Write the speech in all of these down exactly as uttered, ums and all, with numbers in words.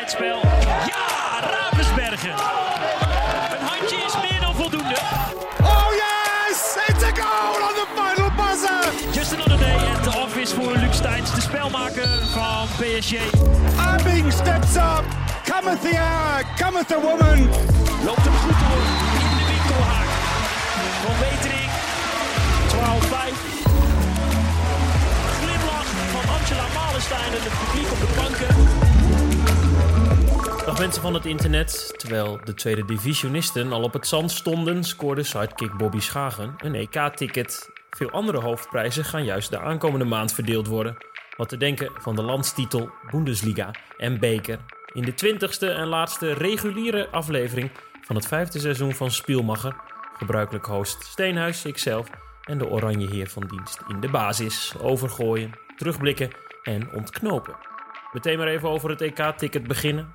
gelijkspel. Ja, Ravensbergen. Een handje is meer dan voldoende. Oh yes! It's a goal on the final buzzer! Just another day at the office voor Luc Steins, de spelmaker van P S G. Abing steps up. Cometh the hour, cometh the woman. Loopt hem goed door in de winkelhaak. Van Wetering, twaalf vijf. Glimlach van Angela Malenstein en het publiek op de banken. Dag mensen van het internet. Terwijl de tweede divisionisten al op het zand stonden, scoorde sidekick Bobby Schagen een E K-ticket. Veel andere hoofdprijzen gaan juist de aankomende maand verdeeld worden. Wat te denken van de landstitel, Bundesliga en beker. In de twintigste en laatste reguliere aflevering van het vijfde seizoen van Spielmacher. Gebruikelijk host Steenhuis, ikzelf en de oranje heer van dienst in de basis. Overgooien, terugblikken en ontknopen. Meteen maar even over het E K-ticket beginnen.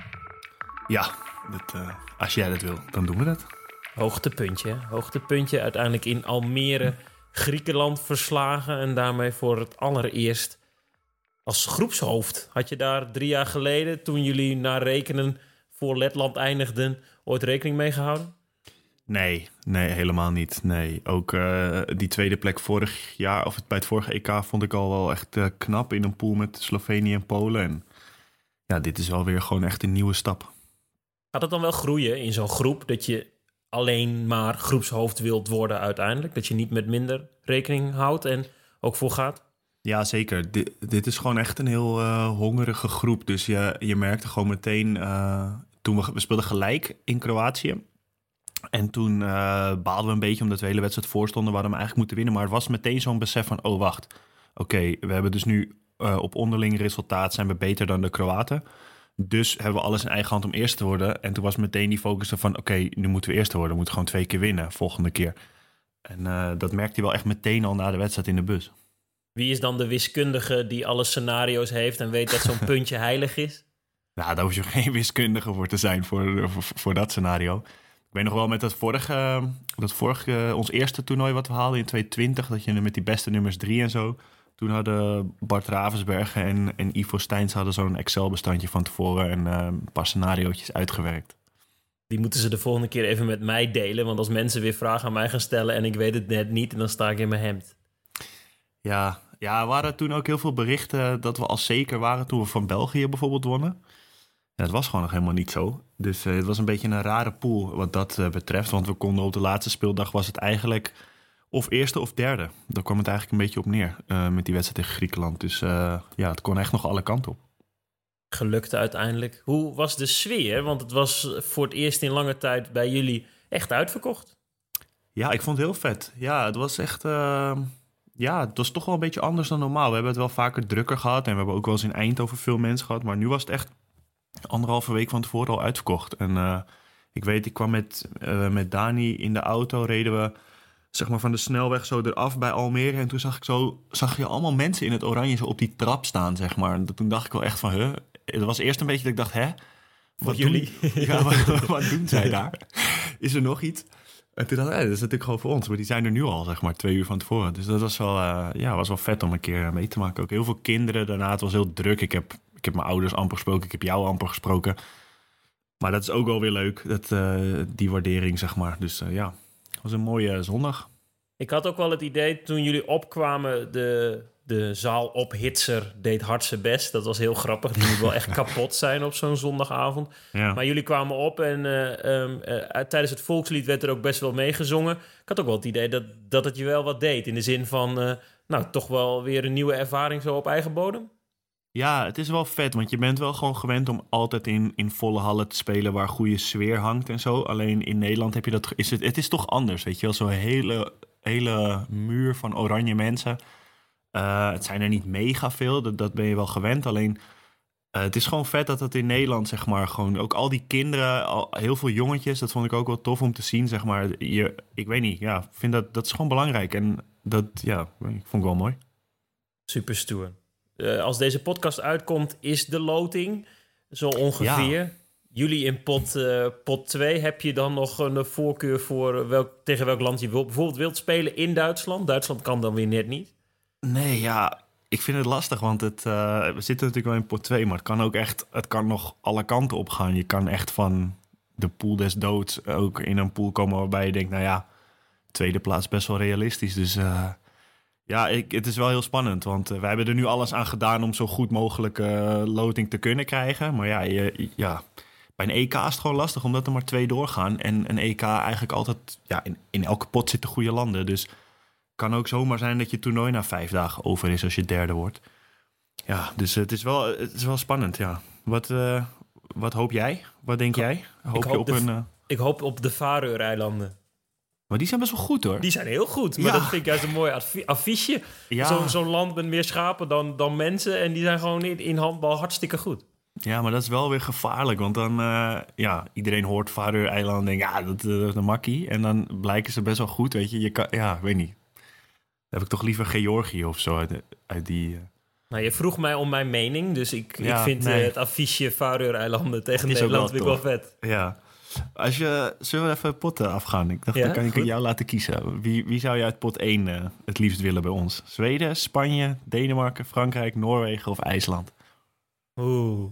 Ja, dat, uh, als jij dat wil, dan doen we dat. Hoogtepuntje, hoogtepuntje. Uiteindelijk in Almere, Griekenland verslagen. En daarmee voor het allereerst als groepshoofd. Had je daar drie jaar geleden, toen jullie naar rekenen voor Letland eindigden, ooit rekening mee gehouden? Nee, nee, helemaal niet. Nee, ook uh, die tweede plek vorig jaar, of bij het vorige E K, vond ik al wel echt uh, knap in een pool met Slovenië en Polen. En ja, dit is wel weer gewoon echt een nieuwe stap. Gaat het dan wel groeien in zo'n groep, dat je alleen maar groepshoofd wilt worden uiteindelijk? Dat je niet met minder rekening houdt en ook voor gaat? Ja, zeker. D- dit is gewoon echt een heel uh, hongerige groep. Dus je, je merkte gewoon meteen, uh, toen we, we speelden gelijk in Kroatië. En toen uh, baalden we een beetje omdat we de hele wedstrijd voorstonden. We hadden hem eigenlijk moeten winnen. Maar het was meteen zo'n besef van, oh wacht. Oké, okay, we hebben dus nu uh, op onderling resultaat zijn we beter dan de Kroaten. Dus hebben we alles in eigen hand om eerste te worden. En toen was meteen die focus van, oké, okay, nu moeten we eerste worden. We moeten gewoon twee keer winnen volgende keer. En uh, dat merkte hij wel echt meteen al na de wedstrijd in de bus. Wie is dan de wiskundige die alle scenario's heeft en weet dat zo'n puntje heilig is? Nou, daar hoef je geen wiskundige voor te zijn voor, voor, voor dat scenario. Ik weet nog wel met dat vorige, dat vorige, ons eerste toernooi wat we haalden in tweeduizend twintig, dat je met die beste nummers drie en zo. Toen hadden Bart Ravensbergen en, en Ivo Steins hadden zo'n Excel-bestandje van tevoren en uh, een paar scenariootjes uitgewerkt. Die moeten ze de volgende keer even met mij delen, want als mensen weer vragen aan mij gaan stellen en ik weet het net niet, dan sta ik in mijn hemd. Ja, ja, er waren toen ook heel veel berichten dat we al zeker waren toen we van België bijvoorbeeld wonnen. Ja, dat was gewoon nog helemaal niet zo. Dus uh, het was een beetje een rare pool wat dat uh, betreft. Want we konden op de laatste speeldag was het eigenlijk of eerste of derde. Daar kwam het eigenlijk een beetje op neer uh, met die wedstrijd tegen Griekenland. Dus uh, ja, het kon echt nog alle kanten op. Gelukt uiteindelijk. Hoe was de sfeer? Want het was voor het eerst in lange tijd bij jullie echt uitverkocht. Ja, ik vond het heel vet. Ja, het was echt... Uh, ja, het was toch wel een beetje anders dan normaal. We hebben het wel vaker drukker gehad. En we hebben ook wel eens in Eindhoven veel mensen gehad. Maar nu was het echt anderhalve week van tevoren al uitverkocht. En uh, ik weet, ik kwam met, uh, met Dani in de auto. Reden we zeg maar van de snelweg zo eraf bij Almere. En toen zag ik zo, zag je allemaal mensen in het oranje zo op die trap staan, zeg maar. En toen dacht ik wel echt van, huh? Het was eerst een beetje dat ik dacht, hè? Wat jullie? Ja, wat, wat doen zij daar? Is er nog iets? En toen dacht ik, hey, dat is natuurlijk gewoon voor ons. Maar die zijn er nu al, zeg maar, twee uur van tevoren. Dus dat was wel, uh, ja, was wel vet om een keer mee te maken. Ook heel veel kinderen daarna. Het was heel druk. Ik heb, ik heb mijn ouders amper gesproken. Ik heb jou amper gesproken. Maar dat is ook wel weer leuk, dat, uh, die waardering, zeg maar. Dus uh, ja, het was een mooie zondag. Ik had ook wel het idee, toen jullie opkwamen, de, de zaalophitser deed hard zijn best. Dat was heel grappig. Die moet wel echt kapot zijn op zo'n zondagavond. Ja. Maar jullie kwamen op en uh, um, uh, tijdens het volkslied werd er ook best wel meegezongen. Ik had ook wel het idee dat, dat het je wel wat deed. In de zin van, uh, nou, toch wel weer een nieuwe ervaring zo op eigen bodem. Ja, het is wel vet, want je bent wel gewoon gewend om altijd in, in volle hallen te spelen waar goede sfeer hangt en zo. Alleen in Nederland heb je dat, is het, het is toch anders, weet je wel. Zo'n hele, hele muur van oranje mensen. Uh, het zijn er niet mega veel, dat, dat ben je wel gewend. Alleen, uh, het is gewoon vet dat het in Nederland, zeg maar, gewoon ook al die kinderen, al, heel veel jongetjes, dat vond ik ook wel tof om te zien, zeg maar. Je, ik weet niet, ja, vind dat, dat is gewoon belangrijk. En dat, ja, ik vond ik wel mooi. Super stoer. Uh, als deze podcast uitkomt, is de loting zo ongeveer. Ja. Jullie in pot, uh, pot twee, heb je dan nog een voorkeur voor welk, tegen welk land je wil, bijvoorbeeld wilt spelen in Duitsland? Duitsland kan dan weer net niet. Nee, ja, ik vind het lastig, want het, uh, we zitten natuurlijk wel in pot twee, maar het kan ook echt, het kan nog alle kanten op gaan. Je kan echt van de pool des doods ook in een pool komen waarbij je denkt, nou ja, tweede plaats best wel realistisch. Dus uh, ja, ik, het is wel heel spannend, want uh, wij hebben er nu alles aan gedaan om zo goed mogelijk uh, loting te kunnen krijgen. Maar ja, je, ja, bij een E K is het gewoon lastig, omdat er maar twee doorgaan. En een E K eigenlijk altijd, ja, in, in elke pot zitten goede landen. Dus kan ook zomaar zijn dat je toernooi na vijf dagen over is als je derde wordt. Ja, dus het is wel, het is wel spannend, ja. Wat, uh, wat hoop jij? Wat denk jij? Hoop ik je hoop op de, een... Uh... Ik hoop op de Faroe-eilanden. Maar die zijn best wel goed, hoor. Die zijn heel goed, maar Ja. dat vind ik juist een mooi advi- affiche. Ja. Zo, zo'n land met meer schapen dan, dan mensen en die zijn gewoon in, in handbal hartstikke goed. Ja, maar dat is wel weer gevaarlijk. Want dan, uh, ja, iedereen hoort Faroe-eilanden en denkt, ja, dat, dat is een makkie. En dan blijken ze best wel goed, weet je. je kan, ja, ik weet niet. Dan heb ik toch liever Georgië of zo uit, uit die... Uh... Nou, je vroeg mij om mijn mening, dus ik, Ja, ik vind nee. uh, het affiche Faroe-eilanden tegen Is ook Nederland wel vind ik wel vet. Ja. Als je, zullen we even potten afgaan? Ik dacht, Ja, dan kan ik goed. jou laten kiezen. Wie, wie zou je uit pot één uh, het liefst willen bij ons? Zweden, Spanje, Denemarken, Frankrijk, Noorwegen of IJsland? Oeh.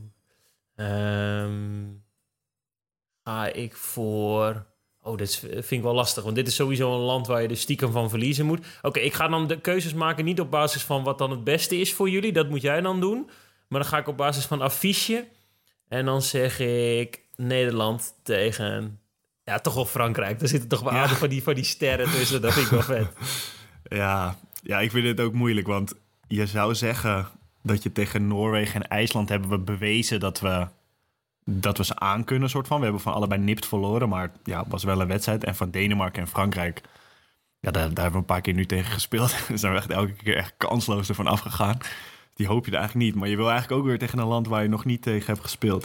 Um, ga ik voor... Oh, dit vind ik wel lastig, want dit is sowieso een land waar je de stiekem van verliezen moet. Oké, okay, ik ga dan de keuzes maken niet op basis van wat dan het beste is voor jullie. Dat moet jij dan doen. Maar dan ga ik op basis van affiche. En dan zeg ik Nederland tegen... Ja, toch wel Frankrijk. Daar zitten toch wel Ja. aardig van die, van die sterren tussen. Dat vind ik wel vet. Ja, ja, ik vind het ook moeilijk, want je zou zeggen dat je tegen Noorwegen en IJsland hebben we bewezen dat we, dat we ze aan kunnen, soort van. We hebben van allebei nipt verloren, maar ja, het was wel een wedstrijd. En van Denemarken en Frankrijk, ja, daar, daar hebben we een paar keer nu tegen gespeeld. Daar zijn we echt elke keer echt kansloos ervan afgegaan. Die hoop je er eigenlijk niet, maar je wil eigenlijk ook weer tegen een land waar je nog niet tegen hebt gespeeld.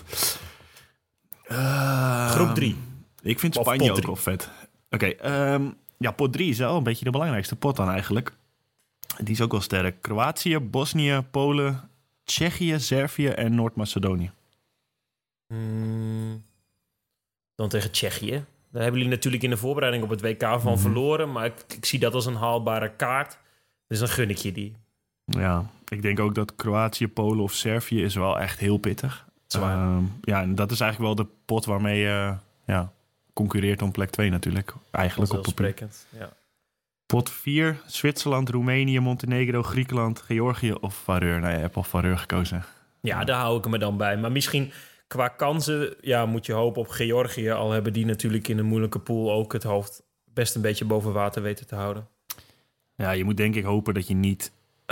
Uh, Groep drie. Ik vind Of Spanje pot ook drie. wel vet. Oké, okay, um, ja, pot drie is wel een beetje de belangrijkste pot dan eigenlijk. Die is ook wel sterk. Kroatië, Bosnië, Polen, Tsjechië, Servië en Noord-Macedonië. Hmm, dan tegen Tsjechië. Daar hebben jullie natuurlijk in de voorbereiding op het W K van Mhm. verloren. Maar ik, ik zie dat als een haalbare kaart. Dus dan gun ik je die. Ja, ik denk ook dat Kroatië, Polen of Servië is wel echt heel pittig. Zwaar. Um, ja, en dat is eigenlijk wel de pot waarmee je ja, concurreert om plek twee natuurlijk. Eigenlijk op papier. Vanzelfsprekend, ja. Pot vier, Zwitserland, Roemenië, Montenegro, Griekenland, Georgië of Faroe. Nou, je hebt al Faroe gekozen. Ja, daar hou ik me dan bij. Maar misschien qua kansen ja, moet je hopen op Georgië. Al hebben die natuurlijk in een moeilijke pool ook het hoofd best een beetje boven water weten te houden. Ja, je moet denk ik hopen dat je niet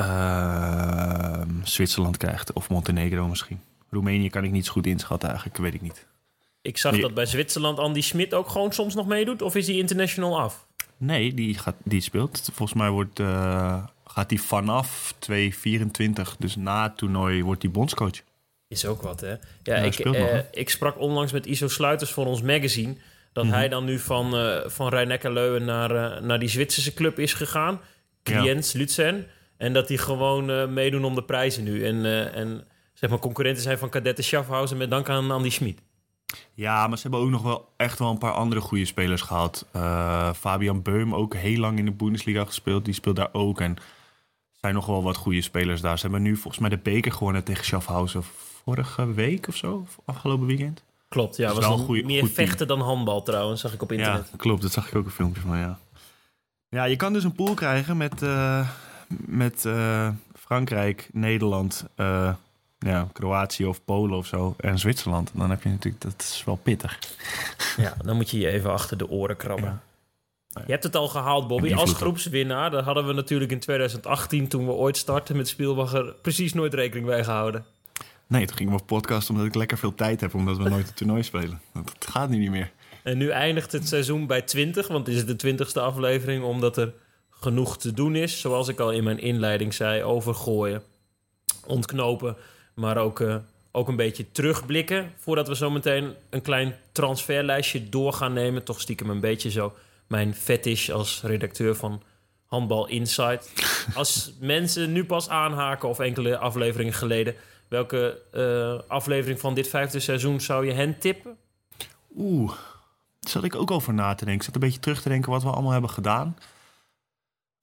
uh, Zwitserland krijgt. Of Montenegro misschien. Roemenië kan ik niet zo goed inschatten eigenlijk, weet ik niet. Ik zag Nee. dat bij Zwitserland Andy Schmid ook gewoon soms nog meedoet. Of is hij international af? Nee, die, gaat, die speelt. Volgens mij wordt, uh, gaat hij vanaf tweeduizend vierentwintig, dus na het toernooi, wordt hij bondscoach. Is ook wat, hè? Ja, Ja, hij ik, speelt nog, eh, hè? ik sprak onlangs met Iso Sluiters voor ons magazine... dat Mhm. hij dan nu van, uh, van Rhein-Neckar-Löwen naar, uh, naar die Zwitserse club is gegaan. Cliënt Luzern. En dat die gewoon uh, meedoen om de prijzen nu. En, uh, en zeg maar concurrenten zijn van Kadette Schaffhausen... met dank aan Andy Schmid. Ja, maar ze hebben ook nog wel echt wel een paar andere goede spelers gehad. Uh, Fabian Beum ook heel lang in de Bundesliga gespeeld. Die speelt daar ook. En er zijn nog wel wat goede spelers daar. Ze hebben nu volgens mij de beker gewonnen tegen Schaffhausen vorige week of zo. Of afgelopen weekend. Klopt, ja. Dat is Was wel een een goeie- meer goed team. vechten dan handbal trouwens, zag ik op internet. Ja, klopt. Dat zag ik ook een filmpje van, ja. Ja, je kan dus een pool krijgen met, uh, met uh, Frankrijk, Nederland, uh, ja, Kroatië of Polen of zo. En Zwitserland. Dan heb je natuurlijk, dat is wel pittig. Ja, dan moet je je even achter de oren krabben. Ja. Je hebt het al gehaald, Bobby. Als Invloed op. groepswinnaar, daar hadden we natuurlijk in twintig achttien... toen we ooit startten met Spielbacher, precies nooit rekening mee gehouden. Nee, toen gingen we op podcast omdat ik lekker veel tijd heb, omdat we nooit het toernooi spelen. Dat gaat nu niet meer. En nu eindigt het seizoen bij twintig, want dit is de twintigste aflevering... omdat er genoeg te doen is, zoals ik al in mijn inleiding zei... overgooien, ontknopen, maar ook, uh, ook een beetje terugblikken... voordat we zo meteen een klein transferlijstje door gaan nemen. Toch stiekem een beetje zo mijn fetish als redacteur van Handbal Insight. Als mensen nu pas aanhaken of enkele afleveringen geleden... welke uh, aflevering van dit vijfde seizoen zou je hen tippen? Oeh, daar zat ik ook over na te denken. Ik zat een beetje terug te denken wat we allemaal hebben gedaan.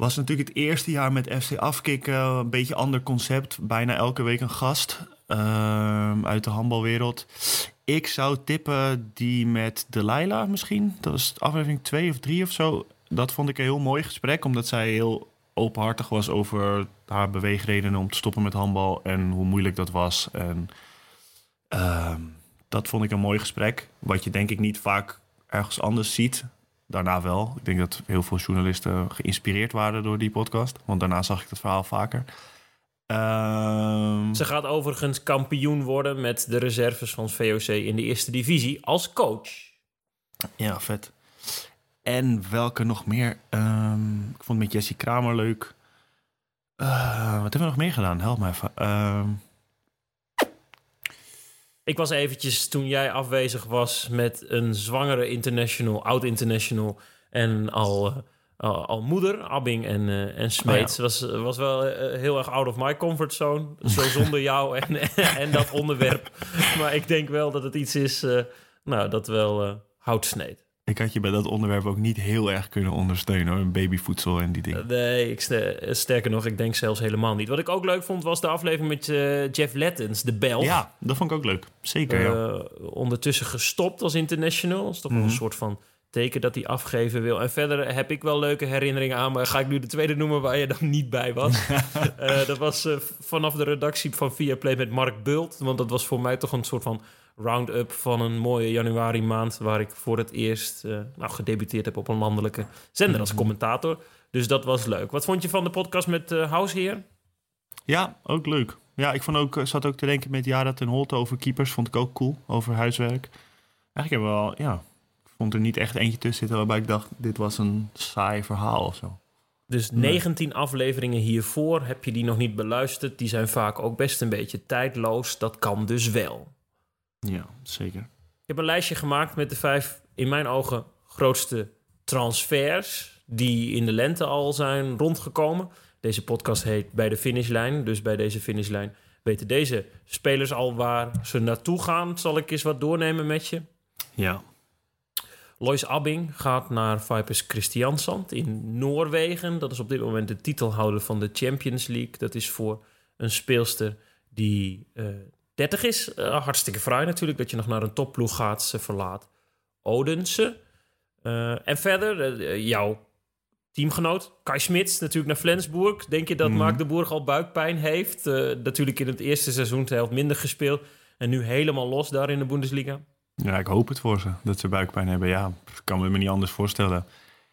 Was natuurlijk het eerste jaar met F C Afkikken. Een beetje ander concept. Bijna elke week een gast uh, uit de handbalwereld. Ik zou tippen die met Delilah misschien. Dat was aflevering twee of drie of zo. Dat vond ik een heel mooi gesprek. Omdat zij heel openhartig was over haar beweegredenen om te stoppen met handbal. En hoe moeilijk dat was. En uh, dat vond ik een mooi gesprek. Wat je denk ik niet vaak ergens anders ziet. Daarna wel. Ik denk dat heel veel journalisten geïnspireerd waren door die podcast. Want daarna zag ik dat verhaal vaker. Um... Ze gaat overigens kampioen worden met de reserves van V O C in de eerste divisie als coach. Ja, vet. En welke nog meer? Um, ik vond met Jessie Kramer leuk. Uh, wat hebben we nog meer gedaan? Help me even. Um... Ik was eventjes, toen jij afwezig was met een zwangere international, oud-international en al, uh, al, al moeder, Abbing en, uh, en Smeets. Oh ja. was, was wel uh, heel erg out of my comfort zone. Zo zonder jou en, en dat onderwerp. Maar ik denk wel dat het iets is uh, nou, dat wel uh, hout sneed. Ik had je bij dat onderwerp ook niet heel erg kunnen ondersteunen, hoor. Een babyvoedsel en die dingen. Nee, ik ster- sterker nog, ik denk zelfs helemaal niet. Wat ik ook leuk vond, was de aflevering met uh, Jeff Lettens, de Belg. Ja, dat vond ik ook leuk. Zeker, uh, ja. Ondertussen gestopt als international. Dat is toch wel Mm-hmm. een soort van teken dat hij afgeven wil. En verder heb ik wel leuke herinneringen aan, maar ga ik nu de tweede noemen waar je dan niet bij was. uh, dat was uh, vanaf de redactie van Viaplay met Mark Bult. Want dat was voor mij toch een soort van round-up van een mooie januari maand, waar ik voor het eerst uh, nou, gedebuteerd heb op een landelijke zender als commentator. Dus dat was leuk. Wat vond je van de podcast met uh, Househeer? Ja, ook leuk. Ja, ik vond ook, zat ook te denken met Jara ten Holte over keepers. Vond ik ook cool, over huiswerk. Eigenlijk hebben we wel, ja, ik vond er niet echt eentje tussen zitten waarbij ik dacht, dit was een saai verhaal of zo. Dus negentien afleveringen hiervoor, heb je die nog niet beluisterd? Die zijn vaak ook best een beetje tijdloos. Dat kan dus wel. Ja, zeker. Ik heb een lijstje gemaakt met de vijf, in mijn ogen, grootste transfers die in de lente al zijn rondgekomen. Deze podcast heet Bij de Finishlijn. Dus bij deze finishlijn weten deze spelers al waar ze naartoe gaan. Zal ik eens wat doornemen met je? Ja. Lois Abbing gaat naar Vipers Kristiansand in Noorwegen. Dat is op dit moment de titelhouder van de Champions League. Dat is voor een speelster die uh, dertig is. Uh, hartstikke fraai natuurlijk dat je nog naar een topploeg gaat. Ze verlaat Odense. Uh, en verder, uh, jouw teamgenoot Kai Smits natuurlijk naar Flensburg. Denk je dat mm. Mark de Boer al buikpijn heeft? Uh, natuurlijk in het eerste seizoen de helft minder gespeeld. En nu helemaal los daar in de Bundesliga. Ja, ik hoop het voor ze, dat ze buikpijn hebben. Ja, ik kan me niet anders voorstellen.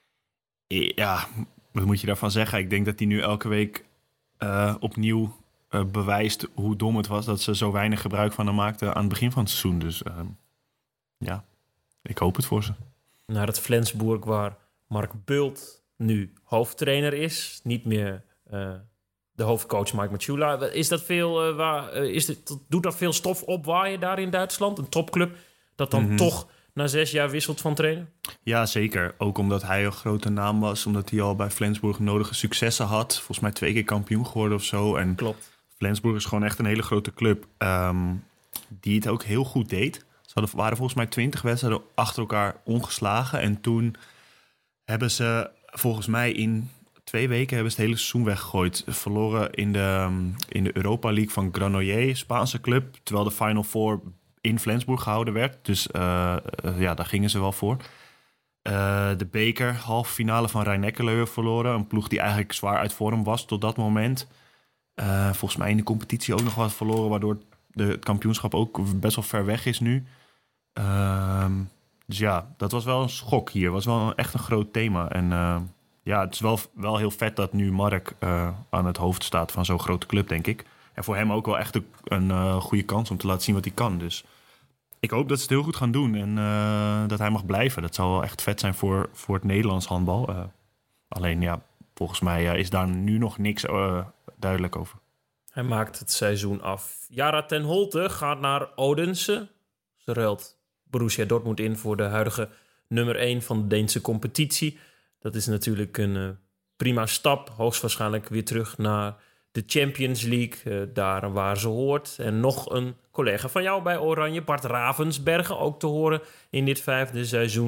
Ja, wat moet je daarvan zeggen? Ik denk dat hij nu elke week uh, opnieuw uh, bewijst hoe dom het was dat ze zo weinig gebruik van hem maakten aan het begin van het seizoen. Dus uh, ja, ik hoop het voor ze. Naar het Flensburg waar Mark Bult nu hoofdtrainer is. Niet meer uh, de hoofdcoach Mike Matula. Is dat veel, uh, waar, uh, is dit, doet dat veel stof opwaaien daar in Duitsland? Een topclub dat dan mm-hmm. toch na zes jaar wisselt van trainer? Ja, zeker. Ook omdat hij een grote naam was. Omdat hij al bij Flensburg nodige successen had. Volgens mij twee keer kampioen geworden of zo. En klopt. Flensburg is gewoon echt een hele grote club. Um, die het ook heel goed deed. Ze hadden, waren volgens mij twintig wedstrijden achter elkaar ongeslagen. En toen hebben ze volgens mij in twee weken hebben ze het hele seizoen weggegooid. Verloren in de, in de Europa League van Granollers, Spaanse club. Terwijl de Final Four in Flensburg gehouden werd. Dus uh, uh, ja, daar gingen ze wel voor. Uh, de beker, halve finale van Rhein-Neckar-Löwen verloren. Een ploeg die eigenlijk zwaar uit vorm was tot dat moment. Uh, volgens mij in de competitie ook nog wat verloren, waardoor de, het kampioenschap ook best wel ver weg is nu. Uh, dus ja, dat was wel een schok hier. Was wel een, echt een groot thema. En uh, ja, het is wel, wel heel vet dat nu Mark uh, aan het hoofd staat van zo'n grote club, denk ik. En voor hem ook wel echt een, een uh, goede kans om te laten zien wat hij kan. Dus ik hoop dat ze het heel goed gaan doen en uh, dat hij mag blijven. Dat zou wel echt vet zijn voor, voor het Nederlands handbal. Uh, alleen ja, volgens mij uh, is daar nu nog niks uh, duidelijk over. Hij maakt het seizoen af. Jara ten Holte gaat naar Odense. Ze ruilt Borussia Dortmund in voor de huidige nummer één van de Deense competitie. Dat is natuurlijk een uh, prima stap. Hoogstwaarschijnlijk weer terug naar de Champions League, uh, daar waar ze hoort. En nog een collega van jou bij Oranje, Bart Ravensbergen, ook te horen in dit vijfde seizoen.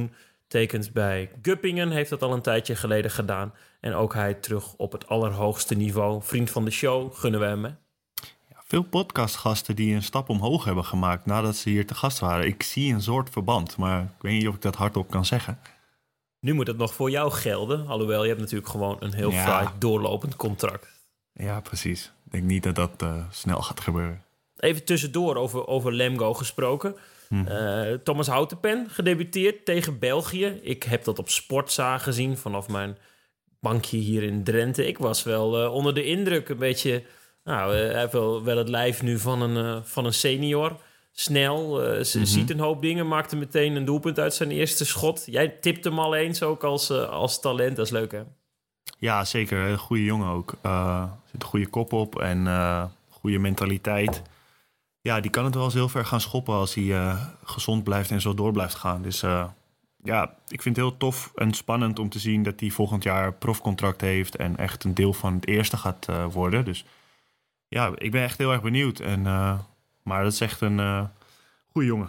tekent bij Göppingen, heeft dat al een tijdje geleden gedaan. En ook hij terug op het allerhoogste niveau. Vriend van de show, gunnen we hem. Hè? Veel podcastgasten die een stap omhoog hebben gemaakt nadat ze hier te gast waren. Ik zie een soort verband, maar ik weet niet of ik dat hardop kan zeggen. Nu moet het nog voor jou gelden. Alhoewel, je hebt natuurlijk gewoon een heel Ja. fraai doorlopend contract. Ja, precies. Ik denk niet dat dat uh, snel gaat gebeuren. Even tussendoor over, over Lemgo gesproken. Hm. Uh, Thomas Houtenpen, gedebuteerd tegen België. Ik heb dat op Sportza gezien vanaf mijn bankje hier in Drenthe. Ik was wel uh, onder de indruk. Een beetje, nou, uh, hij heeft wel, wel het lijf nu van een, uh, van een senior. Snel, uh, ze Mm-hmm. ziet een hoop dingen, maakte meteen een doelpunt uit zijn eerste schot. Jij tipt hem al eens ook als, uh, als talent, dat is leuk hè? Ja, zeker. Een goede jongen ook. Uh, zit een goede kop op en uh, goede mentaliteit. Ja, die kan het wel eens heel ver gaan schoppen als hij uh, gezond blijft en zo door blijft gaan. Dus uh, ja, ik vind het heel tof en spannend om te zien dat hij volgend jaar profcontract heeft en echt een deel van het eerste gaat uh, worden. Dus ja, ik ben echt heel erg benieuwd. En, uh, maar dat is echt een uh, goede jongen.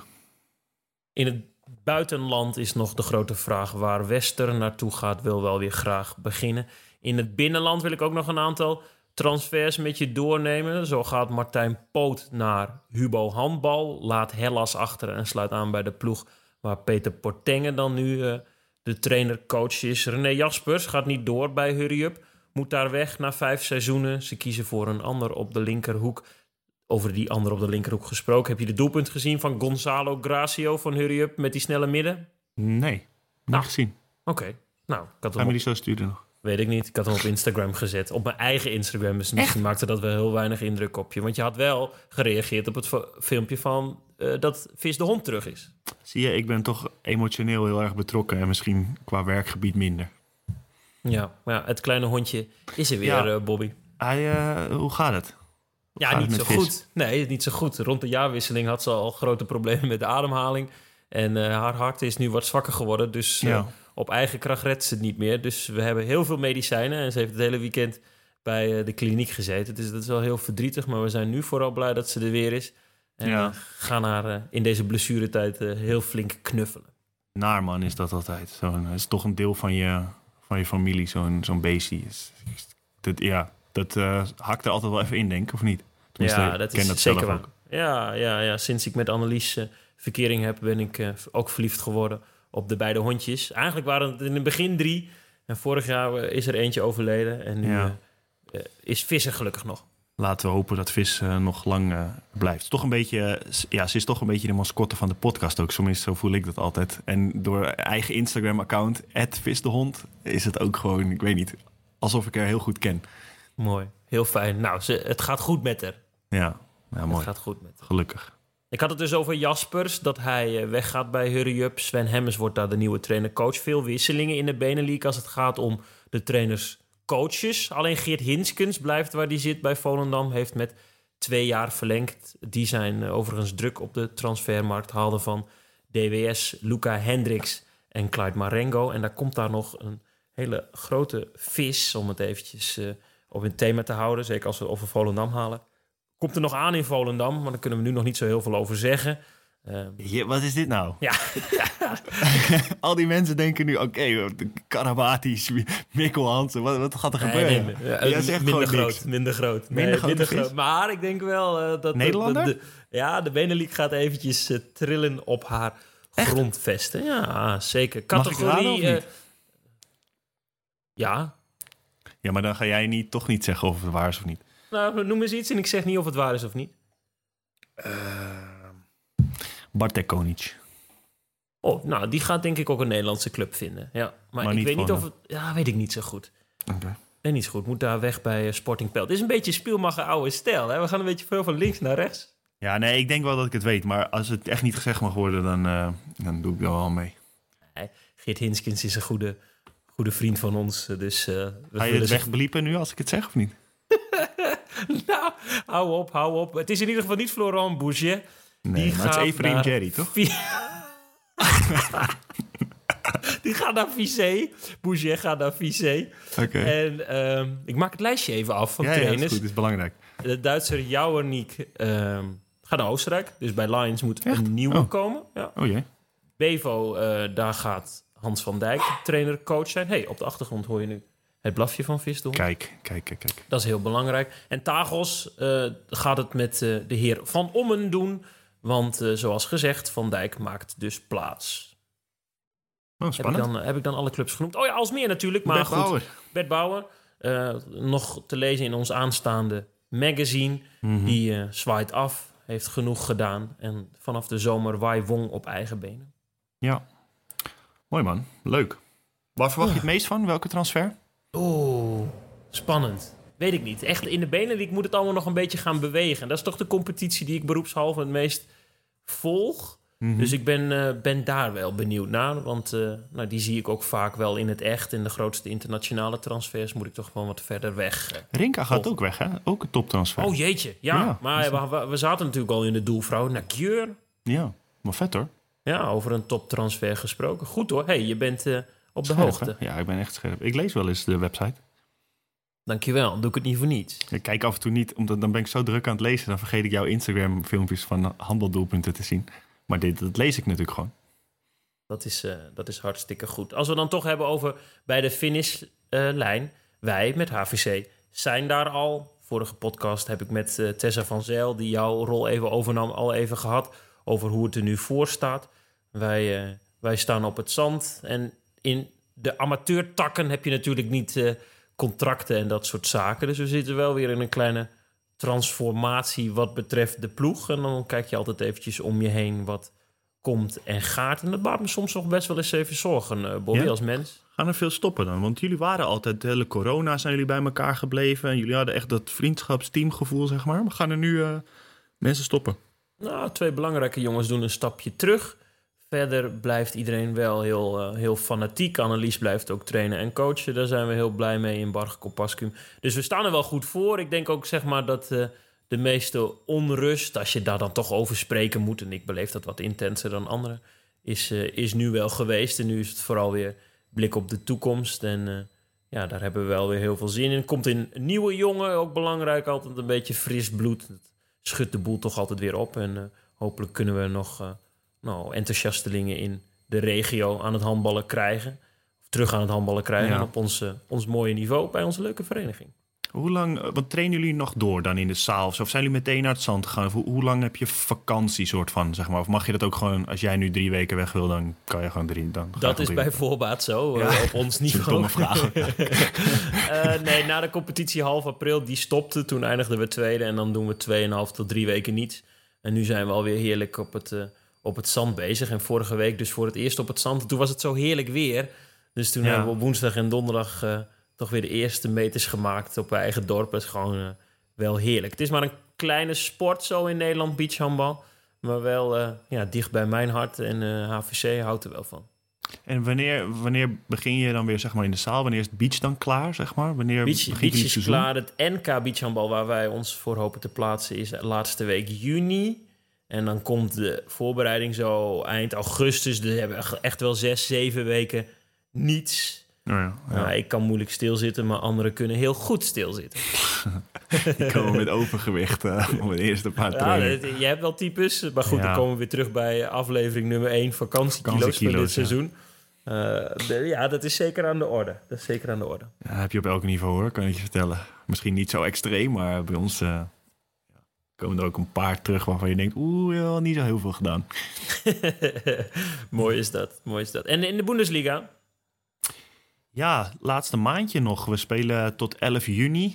In het buitenland is nog de grote vraag waar Wester naartoe gaat. Wil wel weer graag beginnen. In het binnenland wil ik ook nog een aantal transfers met je doornemen. Zo gaat Martijn Poot naar Hubo Handbal. Laat Hellas achter en sluit aan bij de ploeg waar Peter Portenge dan nu uh, de trainer-coach is. René Jaspers gaat niet door bij Hurry Up. Moet daar weg na vijf seizoenen. Ze kiezen voor een ander op de linkerhoek. Over die ander op de linkerhoek gesproken. Heb je de doelpunt gezien van Gonzalo Gracio van Hurry Up met die snelle midden? Nee, niet Nou, gezien. Oké. Okay. Nou, ik had hem Gaan we op, die zo sturen nog? weet ik niet. Ik had hem op Instagram gezet. Op mijn eigen Instagram. Dus misschien maakte dat wel heel weinig indruk op je. Want je had wel gereageerd op het fo- filmpje van uh, dat Vis de Hond terug is. Zie je, ik ben toch emotioneel heel erg betrokken en misschien qua werkgebied minder. Ja, maar ja, het kleine hondje is er weer, Ja. uh, Bobby. Hij, uh, hoe gaat het? Ja, Gaat het niet met zo Vis? goed. Nee, niet zo goed. Rond de jaarwisseling had ze al grote problemen met de ademhaling. En uh, haar hart is nu wat zwakker geworden. Dus uh, Ja. op eigen kracht redt ze het niet meer. Dus we hebben heel veel medicijnen. En ze heeft het hele weekend bij uh, de kliniek gezeten. Dus dat is wel heel verdrietig. Maar we zijn nu vooral blij dat ze er weer is. En Ja. uh, gaan haar uh, in deze blessuretijd uh, heel flink knuffelen. Naar man is dat altijd. Zo'n, het is toch een deel van je, van je familie, zo'n, zo'n beestje. Is- Dat, ja, dat uh, hakt er altijd wel even in, denk ik, of niet? Tenminste, Ja, ik dat ken is dat zeker zelf waar. ook. Ja, ja, ja, sinds ik met Annelies uh, verkering heb, ben ik uh, ook verliefd geworden op de beide hondjes. Eigenlijk waren het in het begin drie. En vorig jaar uh, is er eentje overleden. En nu Ja. uh, uh, is Visser gelukkig nog. Laten we hopen dat Vis uh, nog lang uh, blijft. Toch een beetje, uh, s- ja, ze is toch een beetje de mascotte van de podcast ook. Tenminste, zo voel ik dat altijd. En door eigen Instagram-account, at Visdehond, is het ook gewoon, ik weet niet, alsof ik haar heel goed ken. Mooi, heel fijn. Nou, ze, het gaat goed met haar. Ja, ja Het mooi. gaat goed met haar. Gelukkig. Ik had het dus over Jaspers, dat hij uh, weggaat bij Hurry Up. Sven Hemmers wordt daar de nieuwe trainer-coach. Veel wisselingen in de Benelux als het gaat om de trainers-coaches. Alleen Geert Hinskens blijft waar hij zit bij Volendam. Heeft met twee jaar verlengd. Die zijn uh, overigens druk op de transfermarkt. Haalden van D W S, Luca Hendricks en Clyde Marengo. En daar komt daar nog een hele grote vis, om het eventjes uh, op een thema te houden. Zeker als we over Volendam halen. Komt er nog aan in Volendam, maar daar kunnen we nu nog niet zo heel veel over zeggen. Uh, Je, wat is dit nou? ja, Al die mensen denken nu, oké, okay, Karabatis, Mikkel Hansen, wat, wat gaat er gebeuren? nee, nee, Jij zegt minder gewoon groot, niks. minder groot. Minder Nee, grote minder vis? groot. Maar ik denk wel uh, dat... Nederlander? De, de, ja, de Benelux gaat eventjes uh, trillen op haar Echt? grondvesten. Ja, zeker. Mag ik raden Categorie... of niet? uh, ja, Ja, maar dan ga jij niet, toch niet zeggen of het waar is of niet. nou, noem eens iets en ik zeg niet of het waar is of niet. Bartek Konic. Oh, nou, die gaat denk ik ook een Nederlandse club vinden. Ja, maar, Maar ik niet weet niet of gewoon, het... Ja, weet ik niet zo goed. Okay. Nee, niet zo goed. Moet daar weg bij uh, Sporting Pelt. Het is een beetje Spielmacher oude stijl. Hè? We gaan een beetje veel van links naar rechts. Ja, nee, ik denk wel dat ik het weet. Maar als het echt niet gezegd mag worden, dan, uh, dan doe ik er wel mee. Nee, Geert Hinskens is een goede, goede vriend van ons. Dus, uh, we Ga je vullen het ze- wegbliepen nu als ik het zeg of niet? Nou, hou op, hou op. Het is in ieder geval niet Florent Bouget. Nee, Die maar het gaat is Efraim naar- Jerry, toch? Vi- Die gaat naar Vissé. Bouget gaat naar Vissé. Oké. En ehm, ik maak het lijstje even af van Ja, ja, dat is trainers. goed, dat is belangrijk. De Duitser Jouwerniek ehm gaat naar Oostenrijk. Dus bij Lions moet Echt? een nieuwe Oh. komen. Ja. Oh jee. Bevo, eh, daar gaat Hans van Dijk trainer-coach zijn. Hey, op de achtergrond hoor je nu het blafje van Vis de Hond. Kijk, kijk, kijk, kijk. Dat is heel belangrijk. En Tagos uh, gaat het met uh, de heer Van Ommen doen. Want uh, zoals gezegd, Van Dijk maakt dus plaats. Oh, heb, ik dan, uh, heb ik dan alle clubs genoemd? Oh ja, Aalsmeer natuurlijk. Maar Bert goed, Bauer. Bert Bauer. Uh, nog te lezen in ons aanstaande magazine. Mm-hmm. Die uh, zwaait af, heeft genoeg gedaan. En vanaf de zomer Wai Wong op eigen benen. Ja, mooi man. Leuk. Waar verwacht je het meest van? Welke transfer? Oeh, spannend. Weet ik niet. Echt in de Benelux moet het allemaal nog een beetje gaan bewegen. Dat is toch de competitie die ik beroepshalve het meest volg. Mm-hmm. Dus ik ben, uh, ben daar wel benieuwd naar. Want uh, nou, die zie ik ook vaak wel in het echt. In de grootste internationale transfers moet ik toch gewoon wat verder weg. Uh, Rinka gaat ook weg, hè? Ook een toptransfer. Oh jeetje, ja. ja maar we, we, we zaten natuurlijk al in de doelvrouw. Naar Kjeur. Ja, maar vet hoor. Ja, over een toptransfer gesproken. Goed hoor. Hey, je bent uh, op de scherp, hoogte. Hè? Ja, ik ben echt scherp. Ik lees wel eens de website. Dankjewel, doe ik het niet voor niets. Ik kijk af en toe niet, omdat dan ben ik zo druk aan het lezen. Dan vergeet ik jouw Instagram filmpjes van handbaldoelpunten te zien. Maar dit dat lees ik natuurlijk gewoon. Dat is, uh, dat is hartstikke goed. Als we dan toch hebben over bij de finishlijn. Uh, wij met H V C zijn daar al. Vorige podcast heb ik met uh, Tessa van Zijl, die jouw rol even overnam, al even gehad. Over hoe het er nu voor staat. Wij, uh, wij staan op het zand. En in de amateurtakken heb je natuurlijk niet uh, contracten en dat soort zaken. Dus we zitten wel weer in een kleine transformatie wat betreft de ploeg. En dan kijk je altijd eventjes om je heen wat komt en gaat. En dat baart me soms nog best wel eens even zorgen, uh, Bobby, ja? Als mens. Gaan er veel stoppen dan? Want jullie waren altijd, de hele corona zijn jullie bij elkaar gebleven. En jullie hadden echt dat vriendschapsteamgevoel, zeg maar. Maar gaan er nu uh, mensen stoppen? Nou, twee belangrijke jongens doen een stapje terug. Verder blijft iedereen wel heel, uh, heel fanatiek. Annelies blijft ook trainen en coachen. Daar zijn we heel blij mee in Barge Compascum. Dus we staan er wel goed voor. Ik denk ook zeg maar dat uh, de meeste onrust, als je daar dan toch over spreken moet, en ik beleef dat wat intenser dan anderen, is, uh, is nu wel geweest. En nu is het vooral weer blik op de toekomst. En uh, ja, daar hebben we wel weer heel veel zin in. Komt in een nieuwe jongen, ook belangrijk. Altijd een beetje fris bloed. Het schudt de boel toch altijd weer op. En uh, hopelijk kunnen we nog Uh, Nou, enthousiastelingen in de regio aan het handballen krijgen. Of terug aan het handballen krijgen. Ja. Op ons, uh, ons mooie niveau bij onze leuke vereniging. Hoe lang, wat trainen jullie nog door dan in de zaal? Of zijn jullie meteen naar het zand gegaan? Of hoe, hoe lang heb je vakantie soort van, zeg maar? Of mag je dat ook gewoon, als jij nu drie weken weg wil, dan kan je gewoon drie. Dan dat is bij voorbaat zo, ja. uh, op ons niveau. Domme vraag. uh, nee, na de competitie half april, die stopte. Toen eindigden we tweede en dan doen we tweeënhalf tot drie weken niets. En nu zijn we alweer heerlijk op het Uh, op het zand bezig. En vorige week dus voor het eerst op het zand. Toen was het zo heerlijk weer. Dus toen ja. hebben we op woensdag en donderdag Uh, toch weer de eerste meters gemaakt op mijn eigen dorp. Dat is gewoon uh, wel heerlijk. Het is maar een kleine sport zo in Nederland, beachhandbal. Maar wel uh, ja, dicht bij mijn hart. En uh, H V C houdt er wel van. En wanneer, wanneer begin je dan weer zeg maar in de zaal? Wanneer is het beach dan klaar, zeg maar? Wanneer beach, beach is seizoen? Klaar. Het N K beachhandbal waar wij ons voor hopen te plaatsen is de laatste week juni. En dan komt de voorbereiding zo eind augustus. Dus we hebben echt wel zes, zeven weken niets. Oh ja, ja. Nou, ik kan moeilijk stilzitten, maar anderen kunnen heel goed stilzitten. Die komen met overgewicht uh, om het eerste paar trainingen. Ja, je hebt wel types. Maar goed, ja. Dan komen we weer terug bij aflevering nummer één. Vakantiekilo's, vakantiekilo's van dit ja. seizoen. Uh, de, ja, dat is zeker aan de orde. Dat is zeker aan de orde. Ja, heb je op elk niveau hoor, kan ik je vertellen. Misschien niet zo extreem, maar bij ons Uh... komen er ook een paar terug waarvan je denkt, oeh, je hebt niet zo heel veel gedaan. Mooi is dat, mooi is dat. En in de Bundesliga? Ja, laatste maandje nog. We spelen tot elf juni.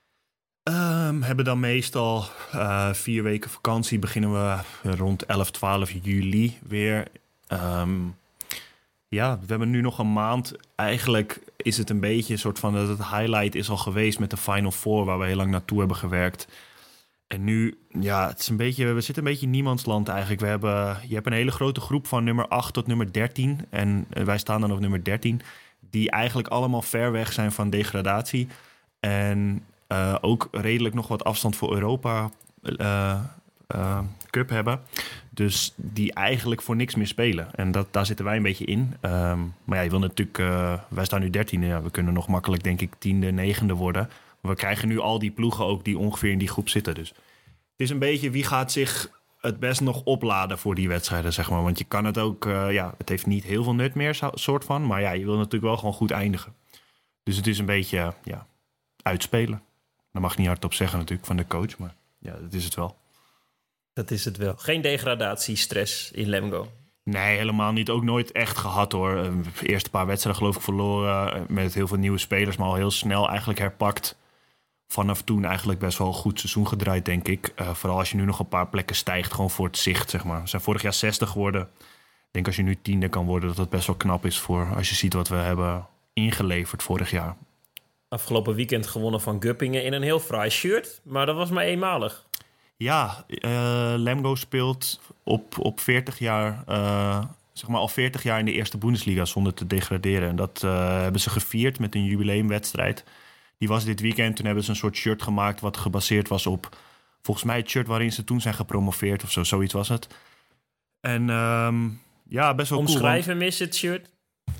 Um, hebben dan meestal uh, vier weken vakantie. Beginnen we rond elf, twaalf juli weer. Um, ja, we hebben nu nog een maand. Eigenlijk is het een beetje een soort van dat het highlight is al geweest met de Final Four, waar we heel lang naartoe hebben gewerkt. En nu, ja, het is een beetje, we zitten een beetje in niemandsland eigenlijk. We hebben, je hebt een hele grote groep van nummer acht tot nummer dertien. En wij staan dan op nummer dertien. Die eigenlijk allemaal ver weg zijn van degradatie. En uh, ook redelijk nog wat afstand voor Europa uh, uh, Cup hebben. Dus die eigenlijk voor niks meer spelen. En dat, daar zitten wij een beetje in. Um, maar ja, je wil natuurlijk, uh, wij staan nu dertiende. Ja, we kunnen nog makkelijk, denk ik, tiende, negende worden. We krijgen nu al die ploegen ook die ongeveer in die groep zitten. Dus het is een beetje wie gaat zich het best nog opladen voor die wedstrijden, zeg maar. Want je kan het ook... Uh, ja, het heeft niet heel veel nut meer, soort van. Maar ja, je wil natuurlijk wel gewoon goed eindigen. Dus het is een beetje, uh, ja, uitspelen. Dat mag ik niet hardop zeggen natuurlijk van de coach, maar ja, dat is het wel. Dat is het wel. Geen degradatiestress in Lemgo. Nee, helemaal niet. Ook nooit echt gehad, hoor. Uh, de eerste paar wedstrijden geloof ik verloren. Uh, met heel veel nieuwe spelers, maar al heel snel eigenlijk herpakt. Vanaf toen eigenlijk best wel een goed seizoen gedraaid, denk ik. Uh, vooral als je nu nog een paar plekken stijgt, gewoon voor het zicht, zeg maar. We zijn vorig jaar zestig geworden. Ik denk als je nu tiende kan worden, dat dat best wel knap is voor als je ziet wat we hebben ingeleverd vorig jaar. Afgelopen weekend gewonnen van Göppingen in een heel fraai shirt, maar dat was maar eenmalig. Ja, uh, Lemgo speelt op, op veertig jaar, uh, zeg maar al veertig jaar in de eerste Bundesliga zonder te degraderen. En dat uh, hebben ze gevierd met een jubileumwedstrijd. Die was dit weekend. Toen hebben ze een soort shirt gemaakt wat gebaseerd was op, volgens mij, het shirt waarin ze toen zijn gepromoveerd of zo. Zoiets was het. En um, ja, best wel cool. Omschrijven mis het shirt?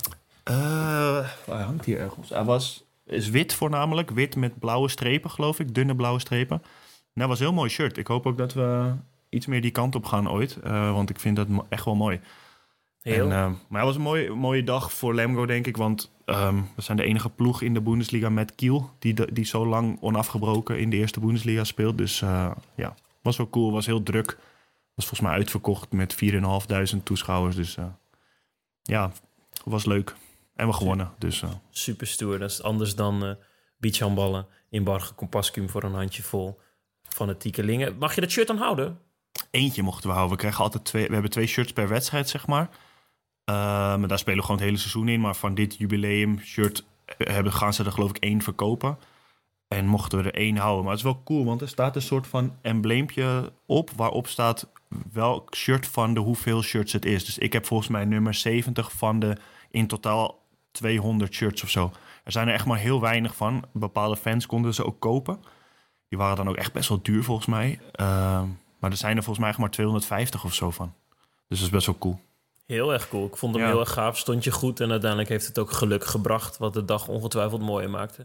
Uh, hij hangt hier ergens. Hij was, is wit voornamelijk. Wit met blauwe strepen, geloof ik. Dunne blauwe strepen. Nou, was een heel mooi shirt. Ik hoop ook dat we iets meer die kant op gaan ooit. Uh, want ik vind dat echt wel mooi. Heel. En, uh, maar het was een mooie, mooie dag voor Lemgo, denk ik. Want um, we zijn de enige ploeg in de Bundesliga met Kiel... die, de, die zo lang onafgebroken in de eerste Bundesliga speelt. Dus uh, ja, was wel cool. Was heel druk. Was volgens mij uitverkocht met vier en een half duizend toeschouwers. Dus uh, ja, was leuk. En we gewonnen. Dus, uh. Super stoer. Dat is anders dan uh, beachhandballen in Barge Compascum voor een handjevol fanatiekelingen. Mag je dat shirt dan houden? Eentje mochten we houden. We krijgen altijd twee. We hebben twee shirts per wedstrijd, zeg maar. Uh, maar daar spelen we gewoon het hele seizoen in. Maar van dit jubileum shirt hebben, gaan ze er geloof ik één verkopen. En mochten we er één houden. Maar het is wel cool, want er staat een soort van embleempje op... waarop staat welk shirt van de hoeveel shirts het is. Dus ik heb volgens mij nummer zeventig van de in totaal tweehonderd shirts of zo. Er zijn er echt maar heel weinig van. Bepaalde fans konden ze ook kopen. Die waren dan ook echt best wel duur volgens mij. Uh, maar er zijn er volgens mij echt maar tweehonderdvijftig of zo van. Dus dat is best wel cool. Heel erg cool. Ik vond hem ja. heel erg gaaf. Stond je goed en uiteindelijk heeft het ook geluk gebracht... wat de dag ongetwijfeld mooier maakte.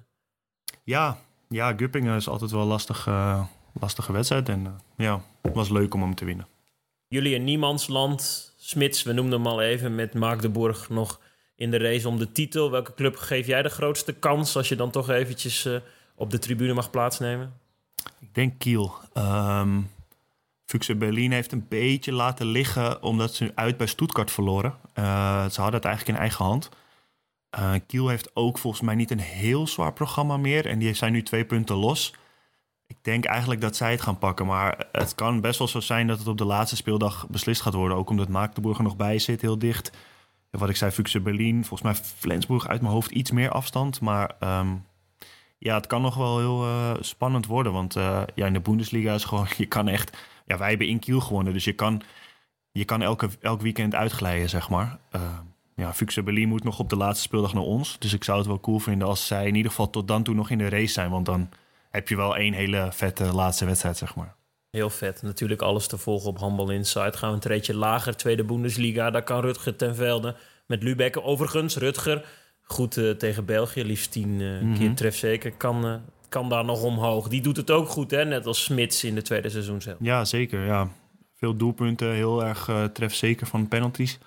Ja, ja, Göppingen is altijd wel een lastig, uh, lastige wedstrijd. En uh, ja, het was leuk om hem te winnen. Jullie in niemandsland, Smits, we noemden hem al even... met Magdeburg nog in de race om de titel. Welke club geef jij de grootste kans... als je dan toch eventjes uh, op de tribune mag plaatsnemen? Ik denk Kiel. Um, Füchse Berlin heeft een beetje laten liggen... omdat ze uit bij Stuttgart verloren. Uh, ze hadden het eigenlijk in eigen hand... Uh, Kiel heeft ook volgens mij niet een heel zwaar programma meer. En die zijn nu twee punten los. Ik denk eigenlijk dat zij het gaan pakken. Maar het kan best wel zo zijn dat het op de laatste speeldag beslist gaat worden. Ook omdat Magdeburg er nog bij zit, heel dicht. En wat ik zei, Füchse Berlin. Volgens mij Flensburg uit mijn hoofd iets meer afstand. Maar um, ja, het kan nog wel heel uh, spannend worden. Want uh, ja, in de Bundesliga is gewoon... Je kan echt... Ja, wij hebben in Kiel gewonnen. Dus je kan, je kan elke, elk weekend uitglijden, zeg maar. Uh, Ja, Füchse Berlin moet nog op de laatste speeldag naar ons. Dus ik zou het wel cool vinden als zij in ieder geval tot dan toe nog in de race zijn. Want dan heb je wel één hele vette laatste wedstrijd, zeg maar. Heel vet. Natuurlijk alles te volgen op Handbal Insight. Gaan we een treedje lager, tweede Bundesliga. Daar kan Rutger ten velde met Lübeck. Overigens, Rutger, goed uh, tegen België. Liefst tien uh, mm-hmm. keer trefzeker. Kan, uh, kan daar nog omhoog. Die doet het ook goed, hè? Net als Smits in de tweede seizoen zelf. Ja, zeker. Ja. Veel doelpunten, heel erg uh, trefzeker van penalties.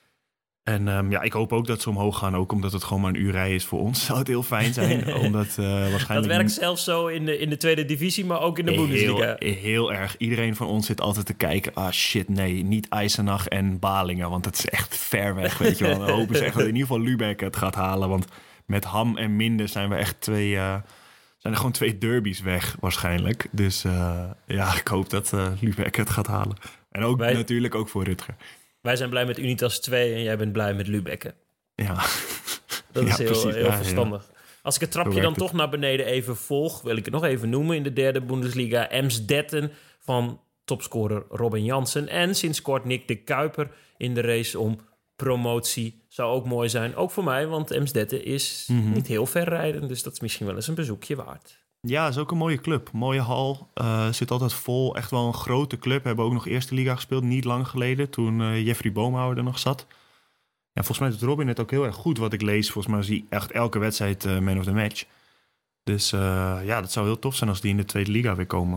En um, ja, ik hoop ook dat ze omhoog gaan. Ook omdat het gewoon maar een uur rijden is voor ons. Zou het heel fijn zijn. omdat, uh, waarschijnlijk dat werkt zelfs zo in de, in de tweede divisie, maar ook in de Bundesliga. Heel, heel erg. Iedereen van ons zit altijd te kijken. Ah shit, nee, niet Eisenach en Balingen. Want het is echt ver weg, weet je wel. Dan hopen ze echt dat in ieder geval Lübeck het gaat halen. Want met Ham en Minden zijn we echt twee... Uh, zijn er gewoon twee derbies weg waarschijnlijk. Dus uh, ja, ik hoop dat uh, Lübeck het gaat halen. En ook Wij... natuurlijk ook voor Rutger. Wij zijn blij met Unitas twee en jij bent blij met Lübeck. Ja. Dat is ja, heel, precies, heel ja, verstandig. Ja. Als ik het trapje dan toch naar beneden even volg... wil ik het nog even noemen in de derde Bundesliga. Emsdetten van topscorer Robin Jansen. En sinds kort Nick de Kuiper in de race om promotie. Zou ook mooi zijn, ook voor mij. Want Emsdetten is mm-hmm. niet heel ver rijden. Dus dat is misschien wel eens een bezoekje waard. Ja, is ook een mooie club. Mooie hal. Uh, zit altijd vol. Echt wel een grote club. Hebben ook nog eerste liga gespeeld. Niet lang geleden. Toen uh, Jeffrey Boomhouwer er nog zat. Ja, volgens mij doet Robin het ook heel erg goed. Wat ik lees. Volgens mij zie ik echt elke wedstrijd uh, man of the match. Dus uh, ja, dat zou heel tof zijn als die in de tweede liga weer komen.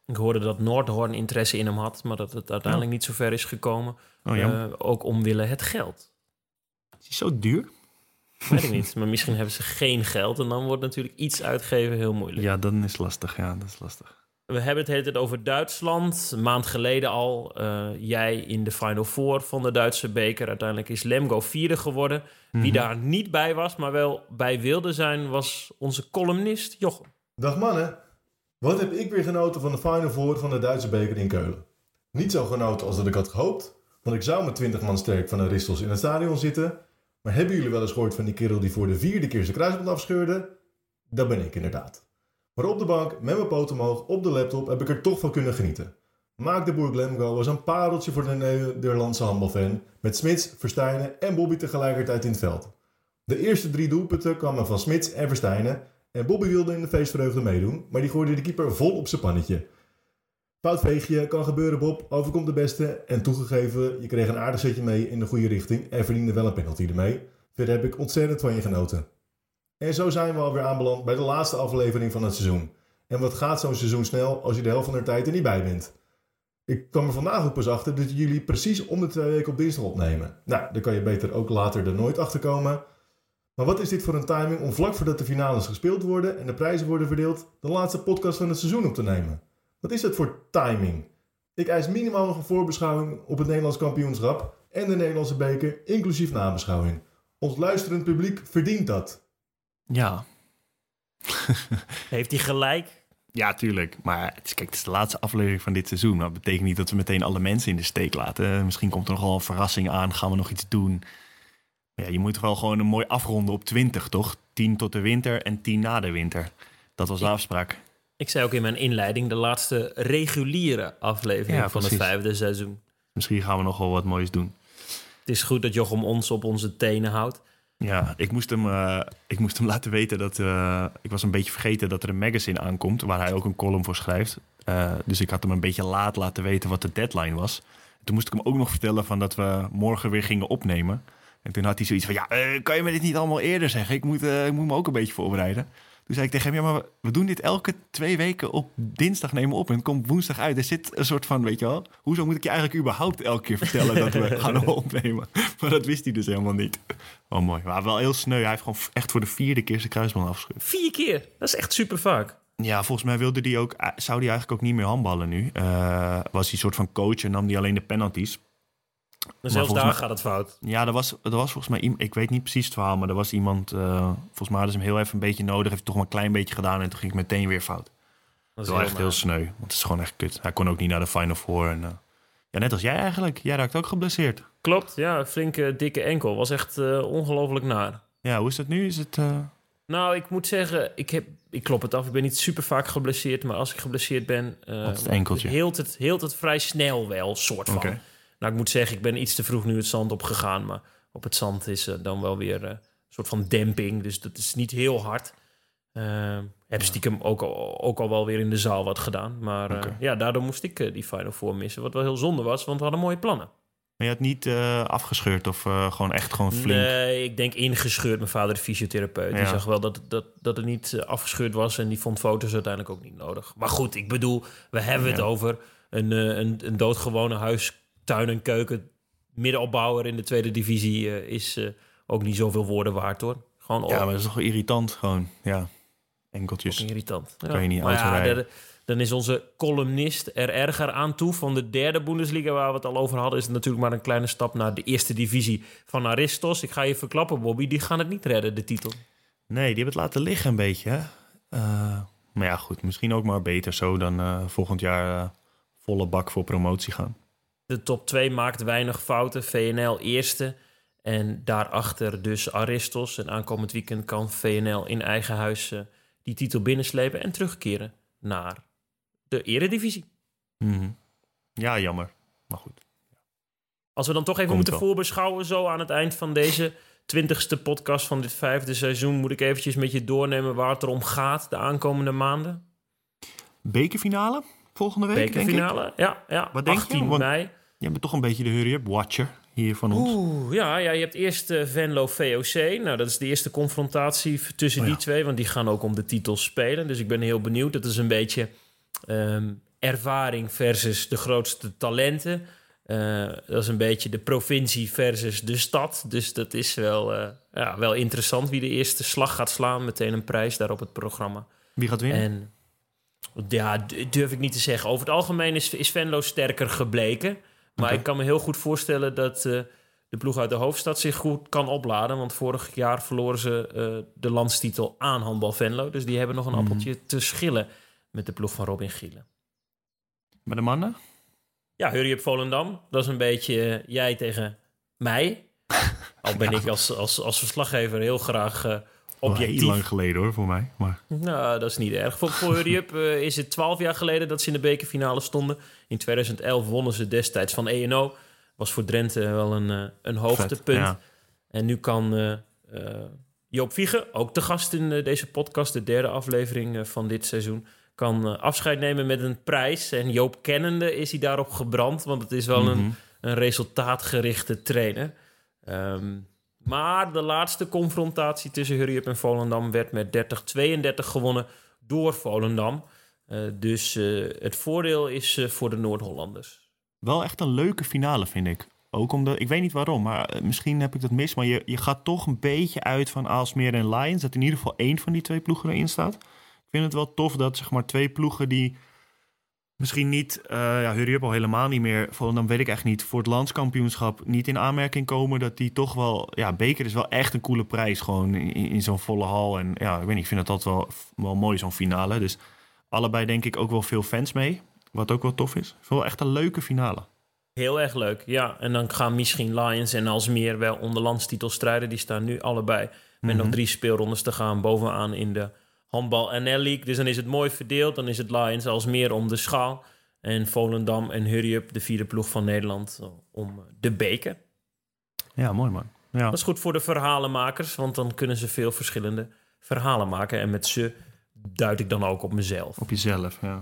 Ik hoorde dat Noordhoorn interesse in hem had, maar dat het uiteindelijk oh. niet zo ver is gekomen. Oh, ja. uh, ook omwille het geld. Is hij zo duur? Weet ik niet, maar misschien hebben ze geen geld en dan wordt natuurlijk iets uitgeven heel moeilijk. Ja, dan is lastig, ja, dat is lastig. We hebben het hele tijd over Duitsland. Een maand geleden al. Uh, jij in de Final Four van de Duitse beker. Uiteindelijk is Lemgo vierde geworden. Mm-hmm. Wie daar niet bij was, maar wel bij wilde zijn, was onze columnist Jochem. Dag mannen. Wat heb ik weer genoten van de Final Four van de Duitse beker in Keulen. Niet zo genoten als dat ik had gehoopt. Want ik zou met twintig man sterk van Aristos in het stadion zitten. Maar hebben jullie wel eens gehoord van die kerel die voor de vierde keer zijn kruisband afscheurde? Dat ben ik inderdaad. Maar op de bank, met mijn poot omhoog, op de laptop, heb ik er toch van kunnen genieten. Magdeburg Lemgo was een pareltje voor de Nederlandse handbalfan. Met Smits, Verstijnen en Bobby tegelijkertijd in het veld. De eerste drie doelpunten kwamen van Smits en Verstijnen. En Bobby wilde in de feestvreugde meedoen, maar die gooide de keeper vol op zijn pannetje. Fout veegje, kan gebeuren Bob, overkomt de beste. En toegegeven, je kreeg een aardig zetje mee in de goede richting en verdiende wel een penalty ermee. Verder heb ik ontzettend van je genoten. En zo zijn we alweer aanbeland bij de laatste aflevering van het seizoen. En wat gaat zo'n seizoen snel als je de helft van de tijd er niet bij bent? Ik kwam er vandaag ook pas achter dat jullie precies om de twee weken op dinsdag opnemen. Nou, daar kan je beter ook later er nooit achter komen. Maar wat is dit voor een timing om vlak voordat de finales gespeeld worden en de prijzen worden verdeeld, de laatste podcast van het seizoen op te nemen? Wat is dat voor timing? Ik eis minimaal nog een voorbeschouwing op het Nederlands kampioenschap en de Nederlandse beker, inclusief nabeschouwing. Ons luisterend publiek verdient dat. Ja. Heeft hij gelijk? Ja, tuurlijk. Maar het is, kijk, het is de laatste aflevering van dit seizoen. Dat betekent niet dat we meteen alle mensen in de steek laten. Misschien komt er nogal een verrassing aan. Gaan we nog iets doen? Maar ja, je moet wel gewoon een mooi afronden op twintig, toch? tien tot de winter en tien na de winter. Dat was de afspraak. Ik zei ook in mijn inleiding de laatste reguliere aflevering ja, van precies. Het vijfde seizoen. Misschien gaan we nog wel wat moois doen. Het is goed dat Jochem ons op onze tenen houdt. Ja, ik moest hem, uh, ik moest hem laten weten dat... Uh, ik was een beetje vergeten dat er een magazine aankomt, waar hij ook een column voor schrijft. Uh, dus ik had hem een beetje laat laten weten wat de deadline was. Toen moest ik hem ook nog vertellen van dat we morgen weer gingen opnemen. En toen had hij zoiets van, ja, uh, kan je me dit niet allemaal eerder zeggen? Ik moet, uh, ik moet me ook een beetje voorbereiden. Toen zei ik tegen hem, ja, maar we doen dit elke twee weken op dinsdag nemen op. En het komt woensdag uit. Er zit een soort van, weet je wel, hoezo moet ik je eigenlijk überhaupt elke keer vertellen dat we gaan opnemen? Maar dat wist hij dus helemaal niet. Oh, mooi. Maar wel heel sneu. Hij heeft gewoon echt voor de vierde keer zijn kruisband afgescheurd. Vier keer? Dat is echt super vaak. Ja, volgens mij wilde hij ook, zou hij eigenlijk ook niet meer handballen nu. Uh, was hij een soort van coach en nam hij alleen de penalties. Maar zelfs daar mij, gaat het fout. Ja, er was, er was volgens mij... Ik weet niet precies het verhaal, maar er was iemand... Uh, volgens mij hadden ze hem heel even een beetje nodig. Heeft hij toch maar een klein beetje gedaan en toen ging het meteen weer fout. Dat is wel echt naar. heel sneu. Want het is gewoon echt kut. Hij kon ook niet naar de Final Four. En, uh, ja, net als jij eigenlijk. Jij raakt ook geblesseerd. Klopt, ja. Flinke, dikke enkel. Was echt uh, ongelooflijk naar. Ja, hoe is het nu? Is het... Uh... Nou, ik moet zeggen... Ik, heb, ik klop het af. Ik ben niet super vaak geblesseerd. Maar als ik geblesseerd ben... Uh, Wat is het enkeltje? Heelt het, heelt het vrij snel wel, soort van. Okay. Nou, ik moet zeggen, ik ben iets te vroeg nu het zand op gegaan. Maar op het zand is uh, dan wel weer uh, een soort van demping. Dus dat is niet heel hard. Uh, heb stiekem ook al, ook al wel weer in de zaal wat gedaan. Maar uh, okay. ja, daardoor moest ik uh, die Final Four missen. Wat wel heel zonde was, want we hadden mooie plannen. Maar je had niet uh, afgescheurd of uh, gewoon echt gewoon flink? Nee, ik denk ingescheurd. Mijn vader is fysiotherapeut. Ja. Die zag wel dat, dat, dat het niet uh, afgescheurd was. En die vond foto's uiteindelijk ook niet nodig. Maar goed, ik bedoel, we hebben ja. het over een, uh, een, een doodgewone huis... tuin en keuken, middenopbouwer in de tweede divisie uh, is uh, ook niet zoveel woorden waard, hoor. Gewoon ja, maar dat is toch wel irritant, gewoon. Ja, enkeltjes. Ook irritant. Kan ja. je niet uitrijden. Ja, dan is onze columnist er erger aan toe. Van de derde Bundesliga, waar we het al over hadden... is het natuurlijk maar een kleine stap naar de eerste divisie van Aristos. Ik ga je verklappen, Bobby, die gaan het niet redden, de titel. Nee, die hebben het laten liggen een beetje, hè? Uh, maar ja, goed, misschien ook maar beter zo dan uh, volgend jaar uh, volle bak voor promotie gaan. De top twee maakt weinig fouten. V N L eerste. En daarachter dus Aristos. En aankomend weekend kan V N L in eigen huis uh, die titel binnenslepen... en terugkeren naar de eredivisie. Mm-hmm. Ja, jammer. Maar goed. Als we dan toch even Komt moeten wel. voorbeschouwen... zo aan het eind van deze twintigste podcast van dit vijfde seizoen... moet ik eventjes met je doornemen waar het erom gaat de aankomende maanden. Bekerfinale? Volgende week, Bekerfinale, denk ik. ja. ja. Wat denk achttien je? mei. Je bent toch een beetje de hurry-up watcher hier van ons. Oeh, ja, ja, je hebt eerst uh, Venlo V O C. Nou, dat is de eerste confrontatie tussen oh, die ja. twee... want die gaan ook om de titels spelen. Dus ik ben heel benieuwd. Dat is een beetje um, ervaring versus de grootste talenten. Uh, dat is een beetje de provincie versus de stad. Dus dat is wel, uh, ja, wel interessant wie de eerste slag gaat slaan. Meteen een prijs daar op het programma. Wie gaat winnen? En ja, durf ik niet te zeggen. Over het algemeen is, is Venlo sterker gebleken. Maar okay. ik kan me heel goed voorstellen dat uh, de ploeg uit de hoofdstad zich goed kan opladen. Want vorig jaar verloren ze uh, de landstitel aan Handbal Venlo. Dus die hebben nog een mm. appeltje te schillen met de ploeg van Robin Gielen. Bij de mannen? Ja, Hurriep Volendam. Dat is een beetje uh, jij tegen mij. Al ben ja. ik als, als, als verslaggever heel graag uh, objectief. Heel lang geleden hoor, voor mij. Maar... Nou, dat is niet erg. Voor, voor Hurriep uh, is het twaalf jaar geleden dat ze in de bekerfinale stonden. In tweeduizend elf wonnen ze destijds van E N O. Was voor Drenthe wel een, uh, een hoogtepunt. Ja. En nu kan uh, uh, Joop Viegen, ook te gast in uh, deze podcast, de derde aflevering uh, van dit seizoen, kan uh, afscheid nemen met een prijs. En Joop kennende is hij daarop gebrand, want het is wel mm-hmm. een, een resultaatgerichte trainer. Um, maar de laatste confrontatie tussen Hurriep en Volendam werd met dertig tweeëndertig gewonnen door Volendam. Uh, dus uh, het voordeel is uh, voor de Noord-Hollanders. Wel echt een leuke finale, vind ik. Ook omdat, ik weet niet waarom, maar uh, misschien heb ik dat mis. Maar je, je gaat toch een beetje uit van Aalsmeer en Lions. Dat in ieder geval één van die twee ploegen erin staat. Ik vind het wel tof dat zeg maar twee ploegen die misschien niet, uh, ja, Hurriep al helemaal niet meer, dan weet ik echt niet, voor het landskampioenschap niet in aanmerking komen. Dat die toch wel, ja, beker is wel echt een coole prijs gewoon in, in zo'n volle hal. En ja, ik weet niet, ik vind het altijd wel, wel mooi zo'n finale. Dus allebei denk ik ook wel veel fans mee, wat ook wel tof is. Ik vind wel echt een leuke finale. Heel erg leuk, ja. En dan gaan misschien Lions en Aalsmeer wel om de landstitel strijden. Die staan nu allebei met mm-hmm. nog drie speelrondes te gaan bovenaan in de Handbal N L League. Dus dan is het mooi verdeeld. Dan is het Lions Aalsmeer om de schaal. En Volendam en Hurriep, de vierde ploeg van Nederland, om de beker. Ja, mooi man. Ja. Dat is goed voor de verhalenmakers, want dan kunnen ze veel verschillende verhalen maken. En met ze duid ik dan ook op mezelf. Op jezelf, ja.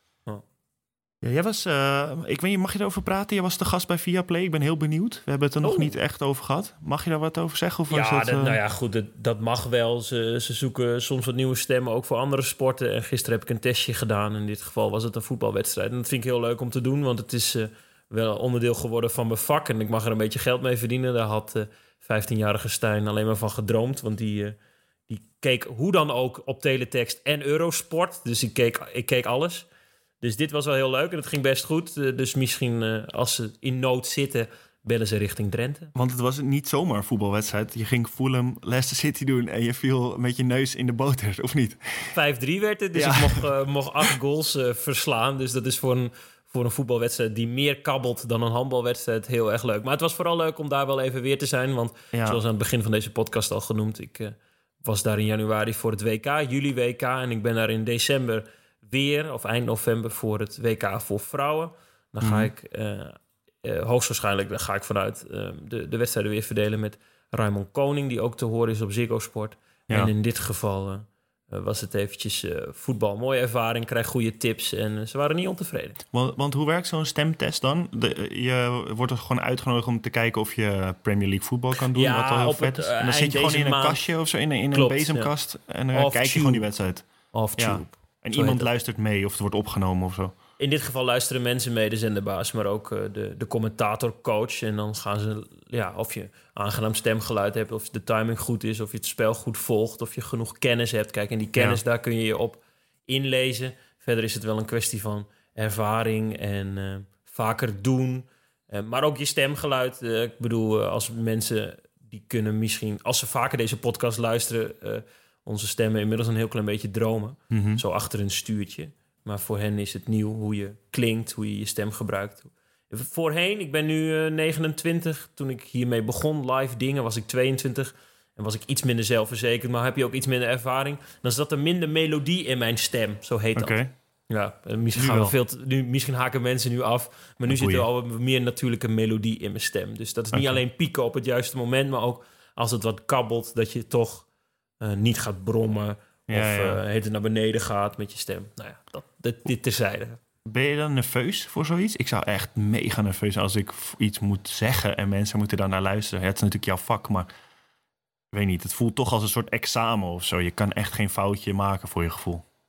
Ja, jij was, uh, ik weet niet, mag je erover praten? Jij was de gast bij Viaplay. Ik ben heel benieuwd. We hebben het er nog oh. niet echt over gehad. Mag je daar wat over zeggen? Of ja, is dat, dat, uh... nou ja, goed, dat, dat mag wel. Ze, ze zoeken soms wat nieuwe stemmen, ook voor andere sporten. En gisteren heb ik een testje gedaan. In dit geval was het een voetbalwedstrijd. En dat vind ik heel leuk om te doen, want het is uh, wel onderdeel geworden van mijn vak. En ik mag er een beetje geld mee verdienen. Daar had uh, vijftienjarige Stijn alleen maar van gedroomd. Want die, uh, die keek hoe dan ook op teletext en Eurosport. Dus ik keek, ik keek alles. Dus dit was wel heel leuk en het ging best goed. Uh, dus misschien uh, als ze in nood zitten, bellen ze richting Drenthe. Want het was niet zomaar een voetbalwedstrijd. Je ging Fulham Leicester City doen en je viel met je neus in de boter, of niet? vijf drie werd het, dus ja. ik mocht, uh, mocht acht goals uh, verslaan. Dus dat is voor een, voor een voetbalwedstrijd die meer kabbelt dan een handbalwedstrijd heel erg leuk. Maar het was vooral leuk om daar wel even weer te zijn. Want ja. zoals aan het begin van deze podcast al genoemd, ik uh, was daar in januari voor het W K, juli W K. En ik ben daar in december weer, of eind november, voor het W K voor vrouwen. Dan ga mm. ik uh, uh, hoogstwaarschijnlijk, daar ga ik vanuit, uh, de, de wedstrijden weer verdelen met Raymond Koning, die ook te horen is op Ziggo Sport. Ja. En in dit geval uh, was het eventjes uh, voetbal. Mooie ervaring, krijg goede tips en uh, ze waren niet ontevreden. Want, want hoe werkt zo'n stemtest dan? De, je wordt er gewoon uitgenodigd om te kijken of je Premier League voetbal kan doen, ja, wat al heel vet het, is. En dan zit je gewoon in een maand... kastje of zo, in, in Klopt, een bezemkast ja. en dan kijk je tube. gewoon die wedstrijd. Of tube. Ja. En zo iemand luistert mee of het wordt opgenomen of zo? In dit geval luisteren mensen mee, de zenderbaas, maar ook uh, de, de commentator-coach. En dan gaan ze, ja, of je aangenaam stemgeluid hebt, of de timing goed is, of je het spel goed volgt, of je genoeg kennis hebt. Kijk, en die kennis, ja. daar kun je je op inlezen. Verder is het wel een kwestie van ervaring en uh, vaker doen. Uh, maar ook je stemgeluid. Uh, ik bedoel, uh, als mensen die kunnen misschien, als ze vaker deze podcast luisteren, Uh, onze stemmen inmiddels een heel klein beetje dromen. Mm-hmm. Zo achter een stuurtje. Maar voor hen is het nieuw hoe je klinkt, hoe je je stem gebruikt. Voorheen, ik ben nu uh, negenentwintig. Toen ik hiermee begon, live dingen, was ik tweeëntwintig. En was ik iets minder zelfverzekerd. Maar heb je ook iets minder ervaring, dan zat er minder melodie in mijn stem. Zo heet okay. dat. Ja, misschien, gaan we veel te, nu, misschien haken mensen nu af. Maar nu zit er al meer natuurlijke melodie in mijn stem. Dus dat is niet okay. alleen pieken op het juiste moment, maar ook als het wat kabbelt, dat je toch Uh, niet gaat brommen ja, of ja. Uh, het naar beneden gaat met je stem. Nou ja, dat, dat, dit terzijde. Ben je dan nerveus voor zoiets? Ik zou echt mega nerveus zijn als ik iets moet zeggen en mensen moeten daar naar luisteren. Ja, het is natuurlijk jouw vak, maar ik weet niet. Het voelt toch als een soort examen of zo. Je kan echt geen foutje maken voor je gevoel.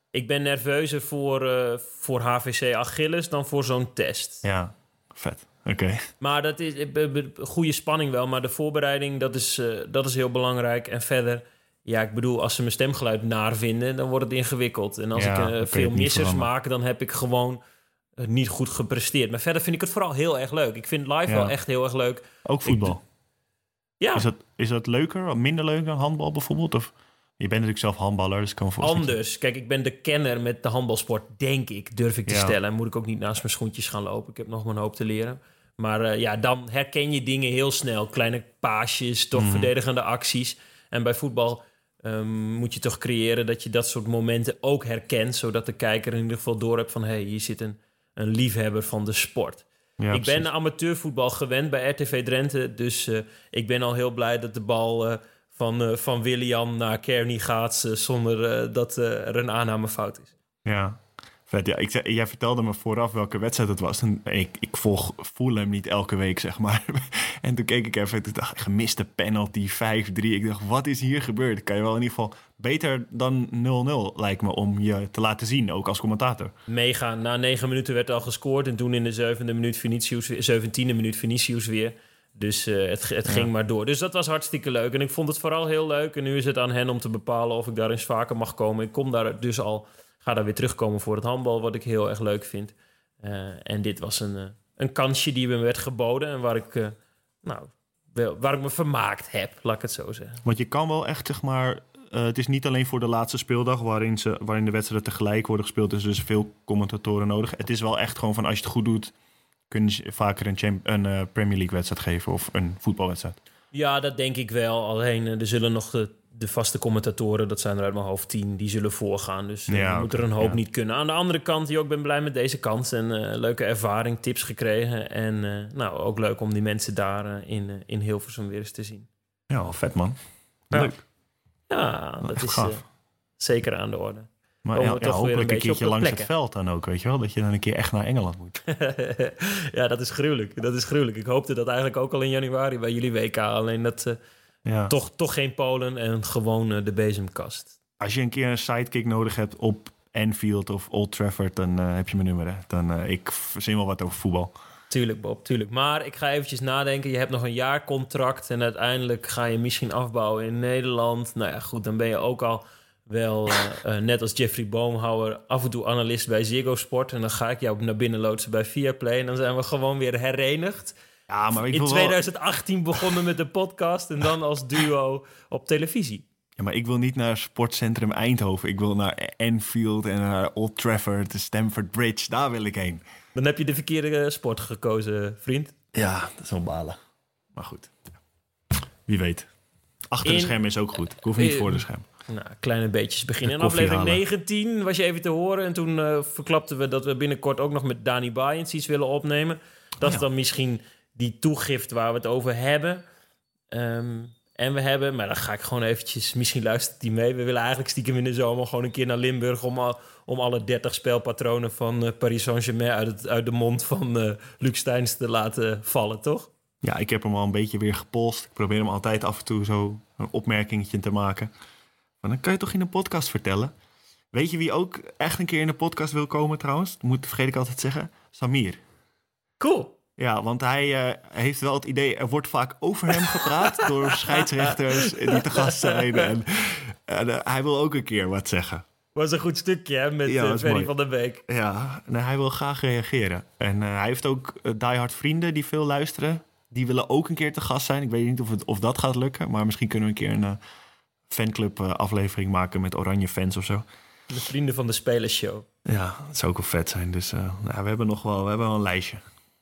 ik ben nerveuzer voor, uh, voor H V C Achilles dan voor zo'n test. Ja, vet. Oké. Okay. Maar dat is een goede spanning wel. Maar de voorbereiding, dat is, uh, dat is heel belangrijk. En verder, ja, ik bedoel, als ze mijn stemgeluid naar vinden, dan wordt het ingewikkeld. En als ja, ik uh, veel missers maak, dan heb ik gewoon uh, niet goed gepresteerd. Maar verder vind ik het vooral heel erg leuk. Ik vind live ja. wel echt heel erg leuk. Ook voetbal? Ik, ja. Is dat, is dat leuker of minder leuk dan handbal bijvoorbeeld? Of... Je bent natuurlijk zelf handballer, dus ik kan me voorstellen. Anders. Kijk, ik ben de kenner met de handbalsport, denk ik, durf ik te ja. stellen. En moet ik ook niet naast mijn schoentjes gaan lopen. Ik heb nog mijn hoop te leren. Maar uh, ja, dan herken je dingen heel snel. Kleine paasjes, toch mm. verdedigende acties. En bij voetbal um, moet je toch creëren dat je dat soort momenten ook herkent. Zodat de kijker in ieder geval door hebt van... hé, hey, hier zit een, een liefhebber van de sport. Ja, ik precies. ben amateurvoetbal gewend bij R T V Drenthe. Dus uh, ik ben al heel blij dat de bal... Uh, Van, uh, van William naar Kearney gaat uh, zonder uh, dat uh, er een aannamefout is. Ja, vet. Ja, ik zei, jij vertelde me vooraf welke wedstrijd het was. En ik, ik volg Fulham niet elke week, zeg maar. En toen keek ik even en toen dacht ik, gemiste penalty, vijf drie. Ik dacht, wat is hier gebeurd? Kan je wel in ieder geval beter dan nul nul, lijkt me, om je te laten zien, ook als commentator. Mega. Na negen minuten werd al gescoord. En toen in de zevende minuut Vinicius, zeventiende minuut Vinicius weer... Dus uh, het, het ging ja. maar door. Dus dat was hartstikke leuk. En ik vond het vooral heel leuk. En nu is het aan hen om te bepalen of ik daar eens vaker mag komen. Ik kom daar dus al, ga daar weer terugkomen voor het handbal, wat ik heel erg leuk vind. Uh, en dit was een, uh, een kansje die me werd geboden en waar ik, uh, nou, wel, waar ik me vermaakt heb, laat ik het zo zeggen. Want je kan wel echt, zeg maar, uh, het is niet alleen voor de laatste speeldag waarin, ze, waarin de wedstrijden tegelijk worden gespeeld. Dus er is veel commentatoren nodig. Het is wel echt gewoon van, als je het goed doet, kun je vaker een, champ- een uh, Premier League wedstrijd geven of een voetbalwedstrijd. Ja, dat denk ik wel. Alleen uh, er zullen nog de, de vaste commentatoren, dat zijn er uit mijn hoofd tien, die zullen voorgaan. Dus uh, ja, moet okay, er een hoop ja. niet kunnen. Aan de andere kant, yo, ik ben blij met deze kans en uh, leuke ervaring, tips gekregen. En uh, nou, ook leuk om die mensen daar uh, in, uh, in Hilversum weer eens te zien. Ja, wel vet man. Ja. Leuk. Ja, dat Echt is uh, zeker aan de orde. Maar ja, ja, hopelijk een, een keertje langs plekken. Het veld dan ook, weet je wel? Dat je dan een keer echt naar Engeland moet. Ja, dat is gruwelijk. Dat is gruwelijk. Ik hoopte dat eigenlijk ook al in januari bij jullie W K. Alleen dat uh, ja. toch, toch geen Polen en gewoon uh, de bezemkast. Als je een keer een sidekick nodig hebt op Anfield of Old Trafford, dan uh, heb je mijn nummer. Hè? Dan uh, ik verzin wel wat over voetbal. Tuurlijk, Bob, tuurlijk. Maar ik ga eventjes nadenken. Je hebt nog een jaar contract en uiteindelijk ga je misschien afbouwen in Nederland. Nou ja, goed, dan ben je ook al... wel uh, uh, net als Jeffrey Boomhouwer af en toe analist bij Ziggo Sport. En dan ga ik jou naar binnen loodsen bij Viaplay. En dan zijn we gewoon weer herenigd. Ja, maar ik in wil twintig achttien wel... begonnen met de podcast en dan als duo op televisie. Ja, maar ik wil niet naar Sportcentrum Eindhoven. Ik wil naar Anfield en naar Old Trafford, de Stamford Bridge. Daar wil ik heen. Dan heb je de verkeerde sport gekozen, vriend. Ja, dat is wel balen. Maar goed, wie weet. Achter in... de scherm is ook goed. Ik hoef niet in... voor de scherm. Nou, kleine beetjes beginnen. In aflevering negentien was je even te horen. En toen uh, verklapten we dat we binnenkort ook nog met Dani Bayens iets willen opnemen. Dat is ja. dan misschien die toegift waar we het over hebben. Um, en we hebben, maar dan ga ik gewoon eventjes... Misschien luistert die mee. We willen eigenlijk stiekem in de zomer gewoon een keer naar Limburg... om, al, om alle dertig spelpatronen van uh, Paris Saint-Germain... uit, het, uit de mond van uh, Luc Steins te laten vallen, toch? Ja, ik heb hem al een beetje weer gepolst. Ik probeer hem altijd af en toe zo een opmerkingetje te maken... Maar dan kan je toch in een podcast vertellen. Weet je wie ook echt een keer in de podcast wil komen trouwens? Dat moet, vergeet ik altijd zeggen. Samir. Cool. Ja, want hij uh, heeft wel het idee... er wordt vaak over hem gepraat door scheidsrechters die te gast zijn. En, en uh, hij wil ook een keer wat zeggen. Was een goed stukje, hè, met ja, uh, Ferry van der Beek. Ja, en hij wil graag reageren. En uh, hij heeft ook uh, diehard vrienden die veel luisteren. Die willen ook een keer te gast zijn. Ik weet niet of, het, of dat gaat lukken. Maar misschien kunnen we een keer een... Uh, fanclub uh, aflevering maken met oranje fans of zo. De vrienden van de Spelershow. Ja, dat zou ook wel vet zijn. Dus uh, nou, we hebben nog wel, we hebben wel een lijstje.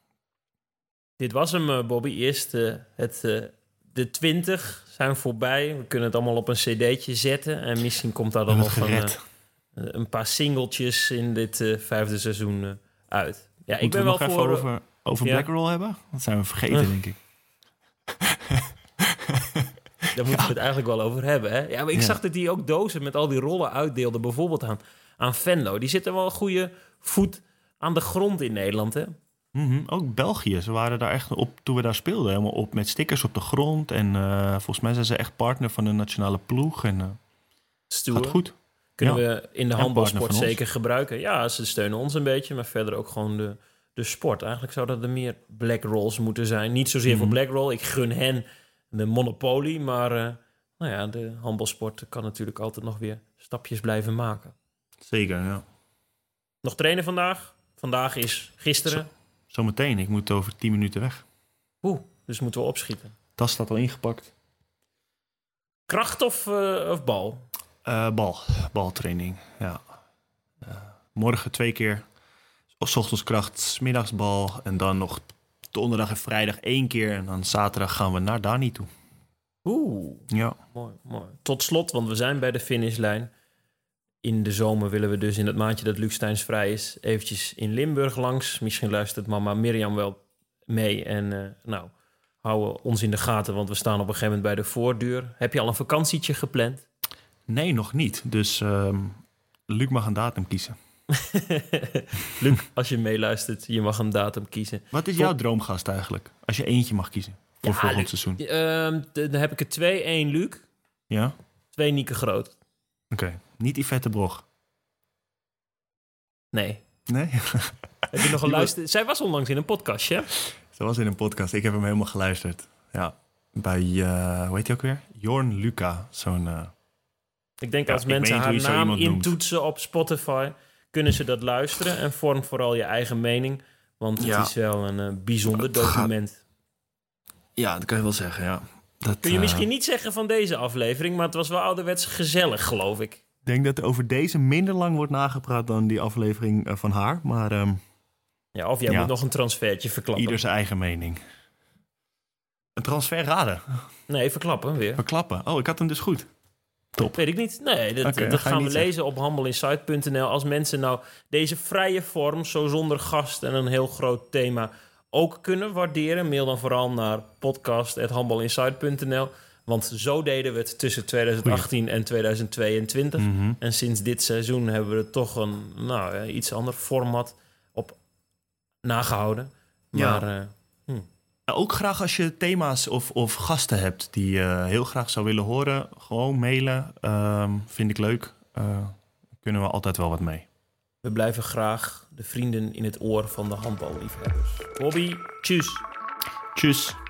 Dit was hem, uh, Bobby. Eerst uh, het, uh, de twintig zijn voorbij. We kunnen het allemaal op een cd'tje zetten. En misschien komt daar dan nog een, uh, een paar singeltjes in dit uh, vijfde seizoen uh, uit. Ja, ik Moeten ben we wel nog voor... even over, over ja. Blackroll hebben? Dat zijn we vergeten, uh. denk ik. Daar moeten we het eigenlijk wel over hebben, hè? Ja, maar ik ja. zag dat die ook dozen met al die rollen uitdeelde. Bijvoorbeeld aan, aan Venlo. Die zitten wel een goede voet aan de grond in Nederland, hè? Mm-hmm. Ook België. Ze waren daar echt op, toen we daar speelden, helemaal op met stickers op de grond. En uh, volgens mij zijn ze echt partner van de nationale ploeg. En uh, Stoer. gaat goed. kunnen Ja. we in de En handbalsport partner van ons. zeker gebruiken. Ja, ze steunen ons een beetje, maar verder ook gewoon de, de sport. Eigenlijk zouden er meer black rolls moeten zijn. Niet zozeer Mhm. voor black roll. Ik gun hen de monopolie, maar uh, nou ja, de handbalsport kan natuurlijk altijd nog weer stapjes blijven maken. Zeker, ja. Nog trainen vandaag? Vandaag is gisteren. Zometeen, ik moet over tien minuten weg. Oeh, dus moeten we opschieten. Tas staat al ingepakt. Kracht of, uh, of bal? Uh, bal, baltraining, ja. Uh, morgen twee keer. Of 's ochtends kracht, 's middags bal. En dan nog donderdag en vrijdag één keer. En dan zaterdag gaan we naar Dani toe. Oeh, Ja. mooi, mooi. Tot slot, want we zijn bij de finishlijn. In de zomer willen we dus in het maandje dat Luc Steins vrij is... eventjes in Limburg langs. Misschien luistert mama Mirjam wel mee. En uh, nou, houden ons in de gaten, want we staan op een gegeven moment bij de voordeur. Heb je al een vakantietje gepland? Nee, nog niet. Dus um, Luc mag een datum kiezen. Luc, als je meeluistert, je mag een datum kiezen. Wat is Voor... jouw droomgast eigenlijk? Als je eentje mag kiezen voor Ja, volgend Luc, seizoen. Uh, d- dan heb ik er twee. één Luc, Ja? twee Nieke Groot. Oké. Okay. Niet Yvette Brog. Nee. Nee? Heb je nog een luister... Zij was onlangs in een podcastje. Ze was in een podcast. Ik heb hem helemaal geluisterd. Ja. Bij, uh, hoe heet hij ook weer? Jorn Luca. Zo'n... Uh... Ik denk ja, als mensen haar naam intoetsen noemt. op Spotify... kunnen ze dat luisteren. En vorm vooral je eigen mening. Want het ja. is wel een uh, bijzonder document. Ja, dat kan je wel zeggen, ja. Dat, Kun je uh... misschien niet zeggen van deze aflevering... maar het was wel ouderwets gezellig, geloof ik. Ik denk dat er over deze minder lang wordt nagepraat... dan die aflevering uh, van haar. Maar... Um... Ja, of jij ja. moet nog een transfertje verklappen. Ieder zijn eigen mening. Een transfer raden? Nee, verklappen weer. Verklappen? Oh, ik had hem dus goed. Top. Weet ik niet. Nee, dat, okay, dat ga gaan we zeggen. lezen op handbalinsight punt n l. Als mensen nou deze vrije vorm, zo zonder gast en een heel groot thema... ook kunnen waarderen, mail dan vooral naar podcast at handbalinsight punt n l. Want zo deden we het tussen twintig achttien Goeie. En twintig tweeëntwintig. Mm-hmm. En sinds dit seizoen hebben we er toch een nou, iets ander format op nagehouden. Maar... Ja. Uh, hm. Ook graag als je thema's of, of gasten hebt die je uh, heel graag zou willen horen. Gewoon mailen. Uh, vind ik leuk. Uh, kunnen we altijd wel wat mee. We blijven graag de vrienden in het oor van de handballiefhebbers. Bobby, tjus. Tjus.